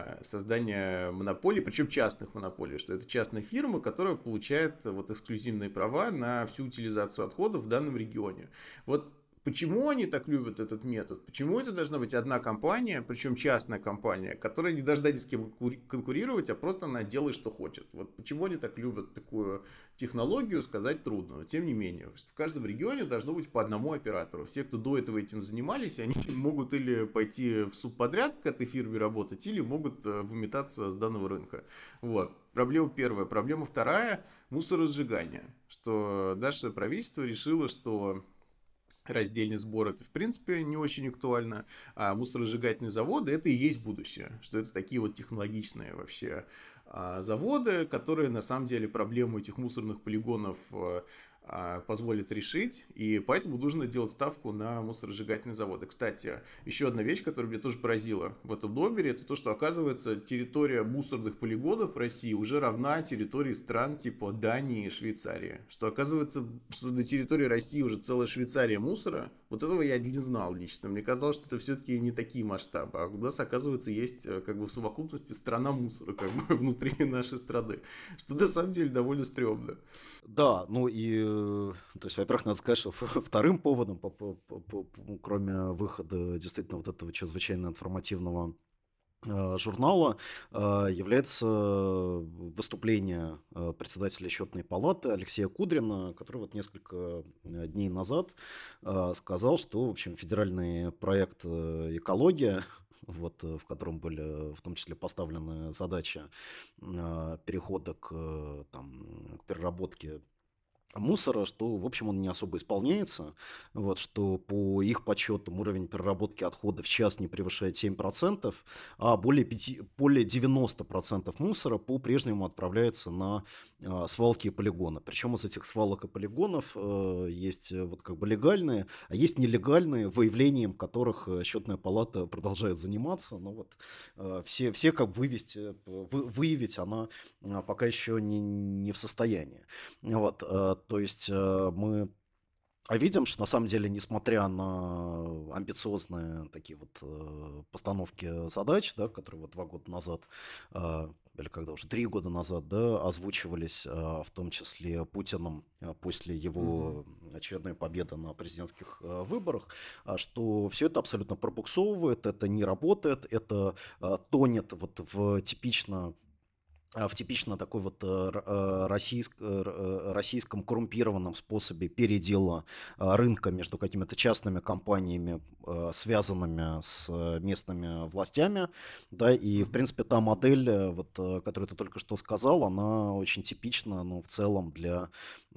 Создания монополий, причем частных монополий, что это частная фирма, которая получает вот эксклюзивные права на всю утилизацию отходов в данном регионе. Вот почему они так любят этот метод? Почему это должна быть одна компания, причем частная компания, которая не должна ни с кем конкурировать, а просто она делает, что хочет? Вот почему они так любят такую технологию, сказать трудно. Но тем не менее, в каждом регионе должно быть по одному оператору. Все, кто до этого этим занимались, они могут или пойти в субподряд к этой фирме работать, или могут выметаться с данного рынка. Вот. Проблема первая. Проблема вторая – мусоросжигание. Что наше правительство решило, что раздельный сбор это в принципе не очень актуально, а мусоросжигательные заводы это и есть будущее, что это такие вот технологичные вообще а, заводы, которые на самом деле проблему этих мусорных полигонов а, а, позволят решить, и поэтому нужно делать ставку на мусоросжигательные заводы. Кстати, еще одна вещь, которая меня тоже поразила в этом блогере, это то, что, оказывается, территория мусорных полигонов в России уже равна территории стран типа Дании и Швейцарии. Что, оказывается, что на территории России уже целая Швейцария мусора. Вот этого я не знал лично. Мне казалось, что это все-таки не такие масштабы. А у нас, оказывается, есть как бы в совокупности страна мусора как бы внутри нашей страны. Что на самом деле довольно стрёмно. Да, ну и, э, то есть, во-первых, надо сказать, что ф- вторым поводом, по- по- по- по- ну, кроме выхода действительно вот этого чрезвычайно информативного э, журнала, э, является выступление э, председателя счетной палаты Алексея Кудрина, который вот несколько э, дней назад э, сказал, что, в общем, федеральный проект э, «Экология», вот, э, в котором были в том числе поставлены задачи э, перехода к, э, там, к переработке мусора, что, в общем, он не особо исполняется, вот, что по их подсчетам уровень переработки отходов в час не превышает семь процентов, а более, пяти, более девяносто процентов мусора по-прежнему отправляется на э, свалки и полигоны. Причем из этих свалок и полигонов э, есть э, вот как бы легальные, а есть нелегальные, выявлением которых э, счетная палата продолжает заниматься, но вот э, все, все как вывести, вы, выявить она э, пока еще не, не в состоянии. Вот, э, то есть э, мы видим, что на самом деле, несмотря на амбициозные такие вот э, постановки задач, да, которые вот два года назад, э, или когда уже три года назад, да, озвучивались, э, в том числе Путиным э, после Мгм. его очередной победы на президентских э, выборах, а, что все это абсолютно пробуксовывает, это не работает, это э, тонет вот в типично а, в типично такой вот э, р- э, российск- э, р- э, российском коррумпированном способе передела э, рынка между какими-то частными компаниями, э, связанными с э, местными властями, да, и, в Мгм. принципе, та модель, э, вот, э, которую ты только что сказал, она очень типична, ну, в целом для,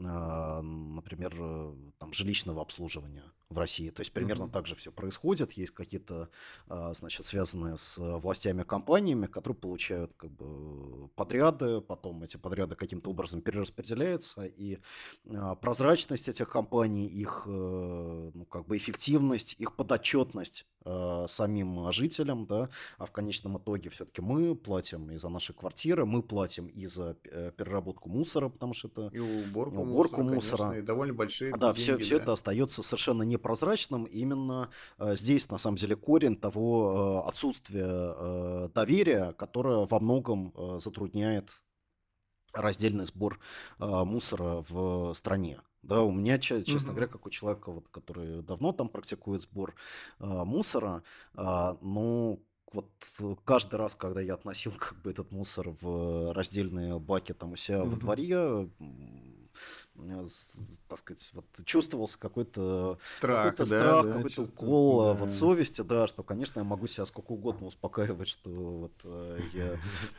э, например, э, там, жилищного обслуживания в России. То есть примерно Мгм. так же все происходит. Есть какие-то, а, значит, связанные с э, властями компаниями, которые получают как бы подряды, потом эти подряды каким-то образом перераспределяются, и а, прозрачность этих компаний, их э, ну, как бы эффективность, их подотчетность э, самим жителям, да, а в конечном итоге все-таки мы платим и за наши квартиры, мы платим и за э, переработку мусора, потому что это И уборку уборку мусора, конечно, мусора. и довольно большие это Да, все, деньги, все это да. остается совершенно непрозрачным. Именно э, здесь, на самом деле, корень того э, отсутствия э, доверия, которое во многом э, затрудняет раздельный сбор э, мусора в стране. Да, у меня, че- честно говоря, Мгм. как у человека, вот, который давно там практикует сбор э, мусора, а, ну, вот э, каждый раз, когда я относил как бы этот мусор в раздельные баки там у себя во Мгм. дворе, м, у меня, с- так сказать, вот чувствовался какой-то Страх, какой-то да, страх, да, какой-то чувство, укол э, вот да. совести, да, что, конечно, я могу себя сколько угодно успокаивать, что вот э, я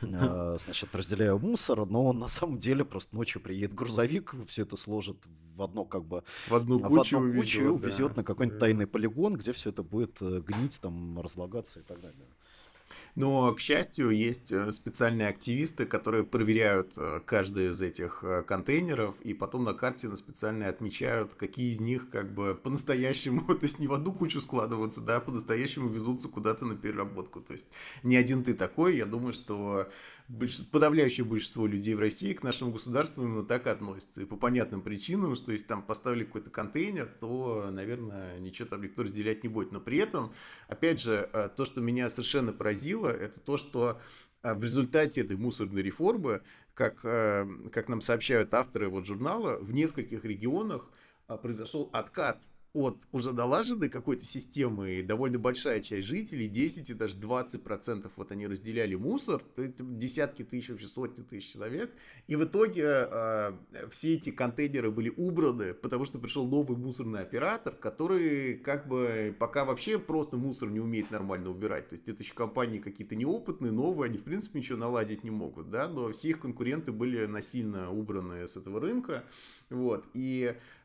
а, значит, разделяю мусор, но на самом деле просто ночью приедет грузовик, все это сложит в одно как бы В одну в кучу одну кучу и увезет, увезет да, на какой-нибудь да. тайный полигон, где все это будет э, гнить, там, разлагаться и так далее. Но, к счастью, есть э, специальные активисты, которые проверяют э, каждый из этих э, контейнеров и потом на карте на специально отмечают, какие из них как бы по-настоящему, то есть не в одну кучу складываются, да, а по-настоящему везутся куда-то на переработку. То есть не один ты такой, я думаю, что больш- подавляющее большинство людей в России к нашему государству именно так и относятся. И по понятным причинам, что если там поставили какой-то контейнер, то, наверное, ничего там никто разделять не будет. Но при этом, опять же, э, то, что меня совершенно поразило, это то, что э, в результате этой мусорной реформы, как, э, как нам сообщают авторы вот журнала, в нескольких регионах э, произошел откат от уже налаженной какой-то системы, и довольно большая часть жителей, десять и даже двадцать процентов, вот они разделяли мусор, то есть десятки тысяч, вообще сотни тысяч человек, и в итоге э, все эти контейнеры были убраны, потому что пришел новый мусорный оператор, который как бы пока вообще просто мусор не умеет нормально убирать, то есть это еще компании какие-то неопытные, новые, они в принципе ничего наладить не могут, да, но все их конкуренты были насильно убраны с этого рынка, вот, и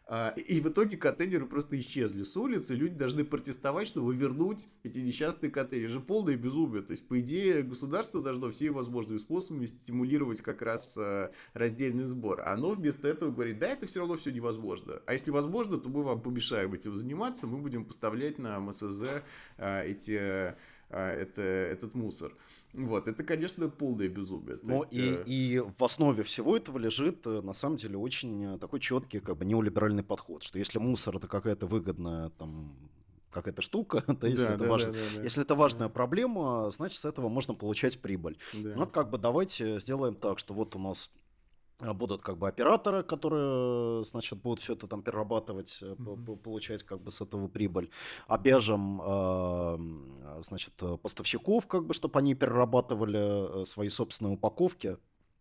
А, И в итоге контейнеры просто исчезли с улицы, люди должны протестовать, чтобы вернуть эти несчастные контейнеры. Это же полное безумие. То есть, по идее, государство должно всеми возможными способами стимулировать как раз а, раздельный сбор. А оно вместо этого говорит, да, это все равно все невозможно. А если возможно, то мы вам помешаем этим заниматься, мы будем поставлять на МСЗ а, эти, а, это, этот мусор. Вот, это, конечно, полное безумие. То Но есть, и, э, и в основе всего этого лежит, э, на самом деле, очень э, такой четкий, как бы, неолиберальный подход, что если мусор это какая-то выгодная там какая-то штука, то если да, это да, да, важно, да, да, если это да, важная проблема, значит, с этого можно получать прибыль. Ну, да. вот как бы давайте сделаем так, что вот у нас а, будут как бы операторы, которые, значит, будут все это там перерабатывать, э, по- Мгм. по- получать как бы с этого прибыль. Обяжем, а, м, а, значит, э, поставщиков, как бы, чтобы они перерабатывали э, свои собственные упаковки,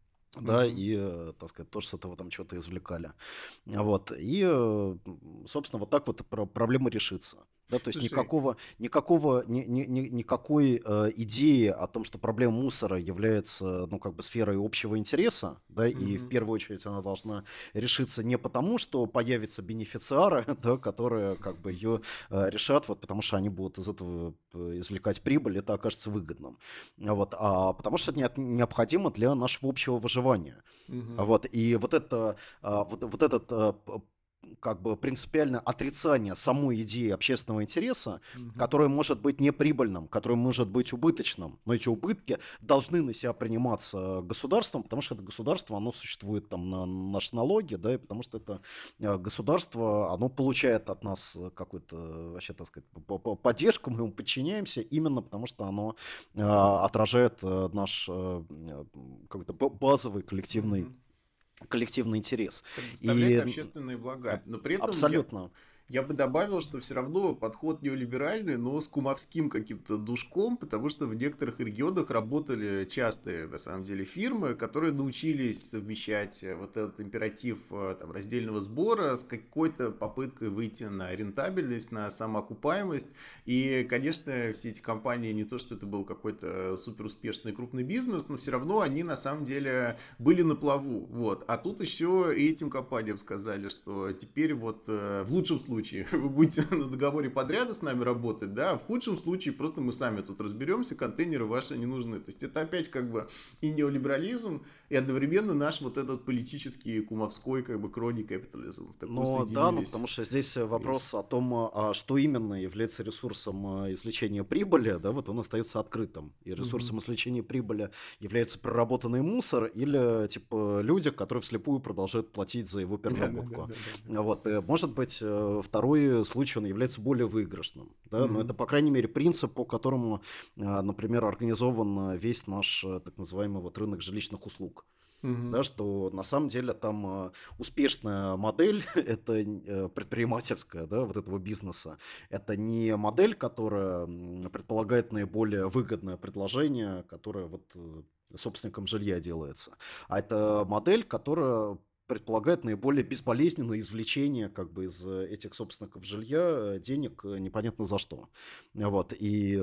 да, Мгм. и, э, так сказать, тоже с этого там что-то извлекали. А Вот, и, э, м, собственно, вот так вот про- проблема решится. Да, то есть Слушай, никакого, никакого, ни, ни- ни- никакой э, идеи о том, что проблема мусора является, ну, как бы сферой общего интереса, да, и в мгм. первую очередь она должна решиться не потому, что появятся бенефициары, да, которые как бы ее э, решат, вот потому что они будут из этого э, извлекать прибыль, это окажется выгодным. А Вот, а потому что это не- необходимо для нашего общего выживания. А Мгм. Вот, и вот это, а, вот, вот этот а, п- как бы принципиальное отрицание самой идеи общественного интереса, Мгм. которое может быть неприбыльным, которое может быть убыточным, но эти убытки должны на себя приниматься государством, потому что это государство, оно существует там на наши налоги, да, и потому что это э, государство, оно получает от нас э, какую-то, э, вообще, так сказать, по- по- поддержку, мы ему подчиняемся именно потому, что оно э, отражает э, наш э, э, какой-то б- базовый коллективный Мгм. коллективный интерес. Предоставляет И общественные блага. аб- Но при этом я, абсолютно. я бы добавил, что все равно подход неолиберальный, но с кумовским каким-то душком, потому что в некоторых регионах работали частые, на самом деле, фирмы, которые научились совмещать э, вот этот императив э, там, раздельного сбора с какой-то попыткой выйти на рентабельность, на самоокупаемость. И, конечно, все эти компании, не то, что это был какой-то суперуспешный крупный бизнес, но все равно они, на самом деле, были на плаву. Вот. А тут еще и этим компаниям сказали, что теперь вот э, в лучшем случае вы будете на договоре подряда с нами работать, да, а в худшем случае просто мы сами тут разберемся, контейнеры ваши не нужны. То есть это опять как бы и неолиберализм, и одновременно наш вот этот политический кумовской как бы крони капитализм. В такую Но да, ну соединились потому что здесь э, вещи. вопрос о том, а а что именно является ресурсом э, извлечения прибыли, да, вот он остается открытым. И Мгм. ресурсом извлечения прибыли является проработанный мусор или типа люди, которые вслепую продолжают платить за его Да, да, да, переработку. да, да, да. А Вот, э, может быть, э, второй случай, он является более выигрышным, да, но это, Мгм. по крайней мере, принцип, по которому, а, например, организован э, весь наш э, так называемый вот рынок жилищных услуг. Мгм. Да, что на самом деле там э, успешная модель, это э, предпринимательская, да, вот этого бизнеса, это не модель, которая м, предполагает наиболее выгодное предложение, которое вот э, собственникам жилья делается, а это модель, которая предполагает наиболее безболезненное извлечение как бы из э, этих собственников жилья э, денег э, непонятно за что. Вот, и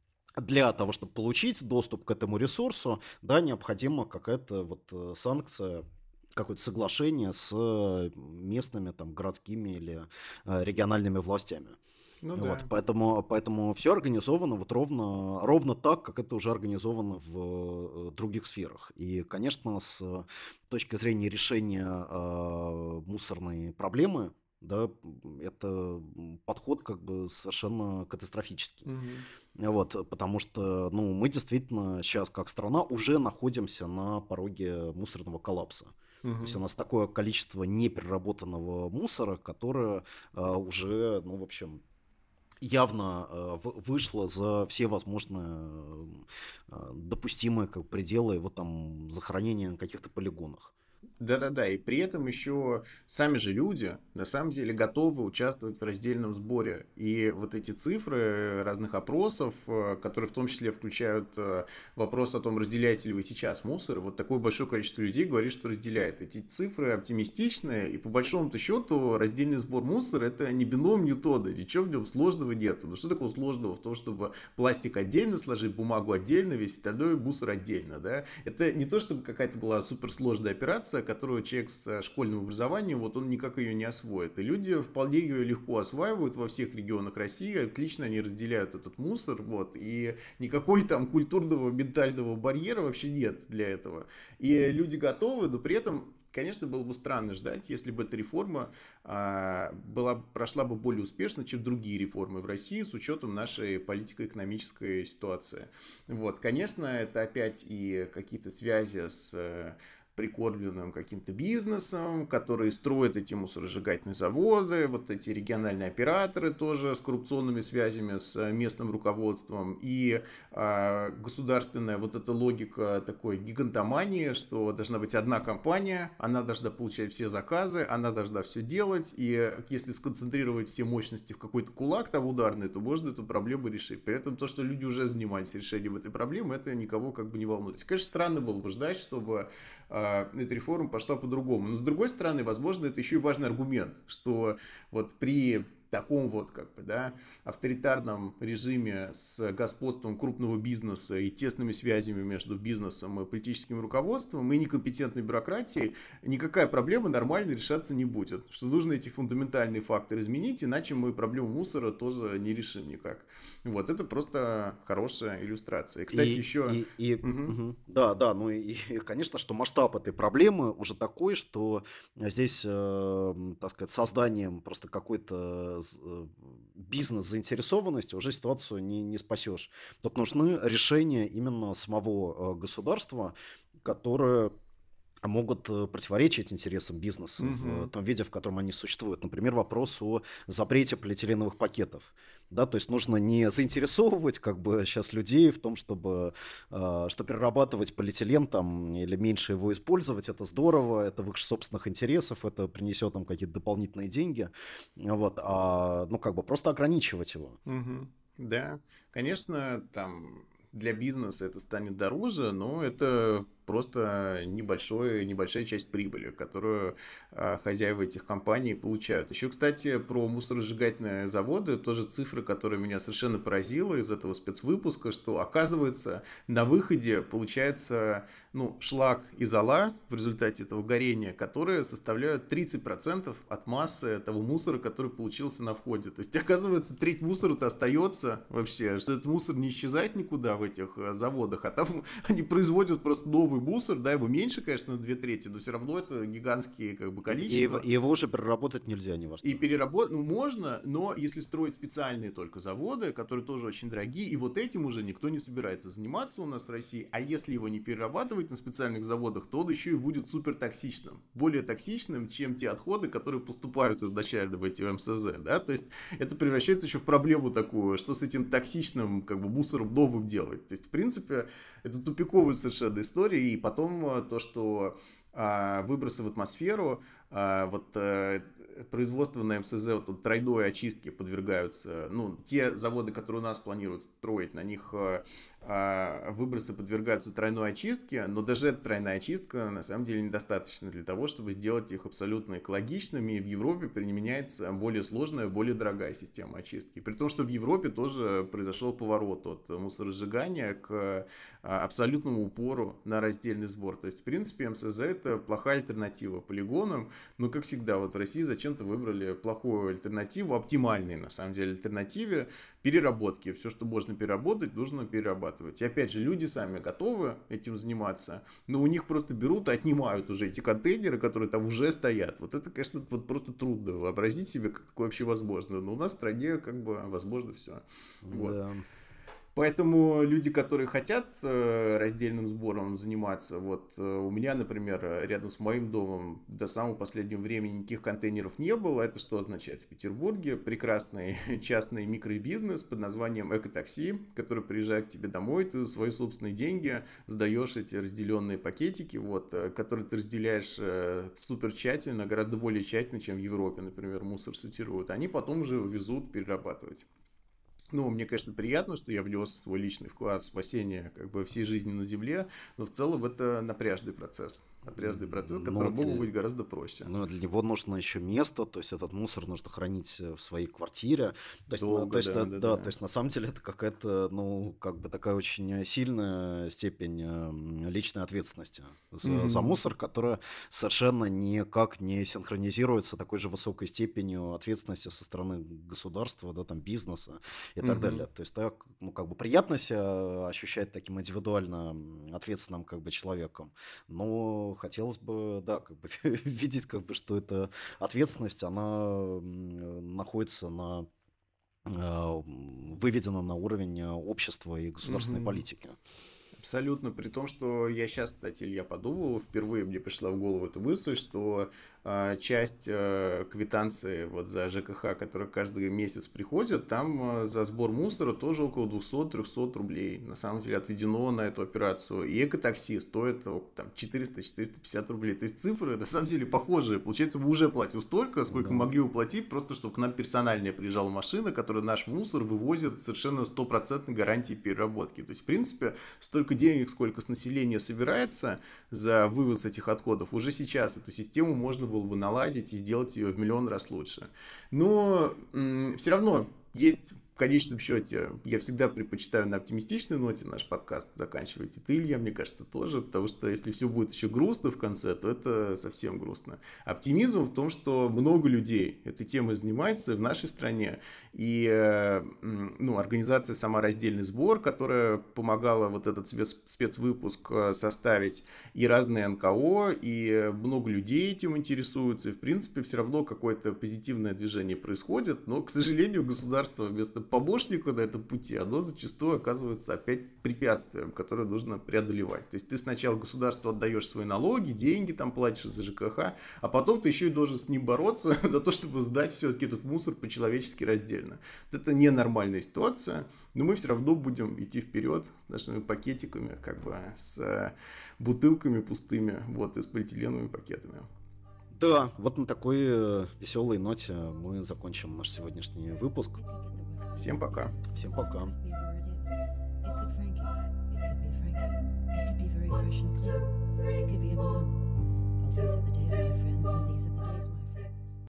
для того, чтобы получить доступ к этому ресурсу, да, необходима какая-то вот э, санкция, какое-то соглашение с э, местными, там, городскими или э, региональными властями. Ну Вот, да. поэтому, поэтому все организовано вот ровно, ровно так, как это уже организовано в э, других сферах. И, конечно, с э, точки зрения решения э, мусорной проблемы, да, м, это м, подход как бы совершенно катастрофический. Мгм. Вот, потому что, ну, мы действительно сейчас, как страна, уже находимся на пороге мусорного коллапса. То есть у Мгм. нас такое количество непереработанного мусора, которое а, уже, ну, в общем, явно э, в- вышло за все возможные э, допустимые как, пределы его там захоронения на каких-то полигонах. Да-да-да, и при этом еще сами же люди на самом деле готовы участвовать в раздельном сборе. И вот эти цифры разных опросов, э, которые в том числе включают э, вопрос о том, разделяете ли вы сейчас мусор, вот такое большое количество людей говорит, что разделяет. Эти цифры оптимистичные, и по большому-то счету раздельный сбор мусора это не бином Ньютона, ничего в нем сложного нету. Ну что такого сложного в том, чтобы пластик отдельно сложить, бумагу отдельно, весь остальной мусор отдельно, да? Это не то, чтобы какая-то была суперсложная операция, которую человек с школьным образованием, вот он никак ее не освоит. И люди вполне ее легко осваивают во всех регионах России, отлично они разделяют этот мусор, вот, и никакой там культурного, ментального барьера вообще нет для этого. И люди готовы, но при этом... Конечно, было бы странно ждать, если бы эта реформа а, была, прошла бы более успешно, чем другие реформы в России с учетом нашей политико-экономической ситуации. Вот, конечно, это опять и какие-то связи с прикормленным каким-то бизнесом, которые строят эти мусоросжигательные заводы, вот эти региональные операторы тоже с коррупционными связями с местным руководством, и э, государственная вот эта логика такой гигантомании, что должна быть одна компания, она должна получать все заказы, она должна все делать, и если сконцентрировать все мощности в какой-то кулак там ударный, то можно эту проблему решить. При этом то, что люди уже занимались решением этой проблемы, это никого как бы не волнует. Конечно, странно было бы ждать, чтобы эта реформа пошла по-другому. Но с другой стороны, возможно, это еще и важный аргумент, что вот при таком вот как бы, да, авторитарном режиме с господством крупного бизнеса и тесными связями между бизнесом и политическим руководством и некомпетентной бюрократией, никакая проблема нормально решаться не будет. Что нужно эти фундаментальные факторы изменить, иначе мы проблему мусора тоже не решим никак. Вот, это просто хорошая иллюстрация. И, кстати, И, еще... и, и, Угу. мгм. Да, да, ну и, и, конечно, что масштаб этой проблемы уже такой, что здесь, э, так сказать, созданием просто какой-то э, бизнес-заинтересованности уже ситуацию не, не спасешь. Тут нужны решения именно самого э, государства, которые могут э, противоречить интересам бизнеса в Угу. том виде, в котором они существуют. Например, вопрос о запрете полиэтиленовых пакетов. Да, то есть нужно не заинтересовывать как бы сейчас людей в том, чтобы э, что перерабатывать полиэтилен там или меньше его использовать, это здорово, это в их собственных интересах, это принесет им какие-то дополнительные деньги, вот, а ну как бы просто ограничивать его. Угу. Да, конечно, там для бизнеса это станет дороже, но это просто небольшой, небольшая часть прибыли, которую э, хозяева этих компаний получают. Еще, кстати, про мусоросжигательные заводы, тоже цифры, которые меня совершенно поразила из этого спецвыпуска, что, оказывается, на выходе получается ну, шлак и зола в результате этого горения, которые составляют тридцать процентов от массы того мусора, который получился на входе. То есть, оказывается, треть мусора-то остается вообще, что этот мусор не исчезает никуда в этих заводах, а там они производят просто новый мусор, да, его меньше, конечно, на две трети, но все равно это гигантские как бы И, количества. и его уже переработать нельзя ни во что. И переработать, ну, можно, но если строить специальные только заводы, которые тоже очень дорогие, и вот этим уже никто не собирается заниматься у нас в России, а если его не перерабатывать на специальных заводах, то он еще и будет супер токсичным, более токсичным, чем те отходы, которые поступают изначально в эти эм эс зэ, да, то есть это превращается еще в проблему такую, что с этим токсичным как бы мусором новым делать, то есть в принципе это тупиковая совершенно история, и потом то, что а, выбросы в атмосферу, а, вот а, производство на эм эс зэ вот, тройной очистке подвергаются, ну, те заводы, которые у нас планируют строить, на них а, а, выбросы подвергаются тройной очистке, но даже эта тройная очистка на самом деле недостаточна для того, чтобы сделать их абсолютно экологичными, и в Европе применяется более сложная, более дорогая система очистки. При том, что в Европе тоже произошел поворот от мусоросжигания к а, абсолютному упору на раздельный сбор. То есть, в принципе, эм эс зэ это плохая альтернатива полигонам, но, как всегда, вот в России зачем-то выбрали плохую альтернативу, оптимальной, на самом деле, альтернативе переработки. Все, что можно переработать, нужно перерабатывать. И опять же, люди сами готовы этим заниматься, но у них просто берут и отнимают уже эти контейнеры, которые там уже стоят. Вот это, конечно, вот просто трудно вообразить себе, как такое вообще возможно. Но у нас в стране как бы возможно все. Вот. Да. Поэтому люди, которые хотят раздельным сбором заниматься, вот у меня, например, рядом с моим домом до самого последнего времени никаких контейнеров не было. Это что означает? В Петербурге прекрасный частный микробизнес под названием Экотакси, который приезжает к тебе домой, ты за свои собственные деньги сдаешь эти разделенные пакетики, вот, которые ты разделяешь супер тщательно, гораздо более тщательно, чем в Европе, например, мусор сортируют. Они потом уже везут перерабатывать. Ну, мне, конечно, приятно, что я внес свой личный вклад в спасение как бы всей жизни на Земле, но в целом это напряжный процесс. отряжный процесс, который Но мог бы для, быть гораздо проще. но для него нужно еще место, то есть этот мусор нужно хранить в своей квартире. То есть, на, то Долго, есть, да, э, да, да, да. то есть на самом деле это какая-то, ну, как бы такая очень сильная степень э, личной ответственности за, за Мгм. мусор, которая совершенно никак не синхронизируется такой же высокой степенью ответственности со стороны государства, да, там, бизнеса и так Мгм. далее. То есть так, ну, как бы приятно себя ощущать таким индивидуально м, ответственным как бы человеком, но хотелось бы, да, как бы видеть, как бы, что эта ответственность, она м, находится на э, м, выведена на уровень э, общества и государственной Мгм. политики. Абсолютно. При том, что я сейчас, кстати, Илья, подумал, впервые мне пришла в голову эта мысль, что а, часть а, квитанции вот за ЖКХ, которая каждый месяц приходит, там а, за сбор мусора тоже около двести-триста рублей. На самом деле отведено на эту операцию. И экотакси стоит о, там четыреста-четыреста пятьдесят рублей. То есть цифры на самом деле похожие. Получается, мы уже платим столько, сколько Да. могли уплатить, просто чтобы к нам персональная приезжала машина, которая наш мусор вывозит совершенно стопроцентной гарантией переработки. То есть, в принципе, столько денег, сколько с населения собирается за вывоз этих отходов, уже сейчас эту систему можно было бы наладить и сделать ее в миллион раз лучше. Но м, все равно есть в конечном счете, я всегда предпочитаю на оптимистичной ноте наш подкаст заканчивать. И ты, Илья, мне кажется, тоже, потому что если все будет еще грустно в конце, то это совсем грустно. Оптимизм в том, что много людей этой темой занимается в нашей стране. И э, ну, организация сама «Раздельный сбор», которая помогала вот этот спец- спецвыпуск э, составить, и разные эн ка о, и много людей этим интересуются. И, в принципе, все равно какое-то позитивное движение происходит. Но, к сожалению, государство вместо помощника на этом пути, оно зачастую оказывается опять препятствием, которое нужно преодолевать. То есть ты сначала государству отдаешь свои налоги, деньги там платишь за ЖКХ, а потом ты еще и должен с ним бороться за то, чтобы сдать все-таки этот мусор по-человечески раздельно. Вот это ненормальная ситуация, но мы все равно будем идти вперед с нашими пакетиками, как бы с бутылками пустыми, вот, и с полиэтиленовыми пакетами. Да, вот на такой э, веселой ноте мы закончим наш сегодняшний выпуск. Всем пока. Всем пока. Fresh and clean. It could be a balloon. Oh, these are the days, my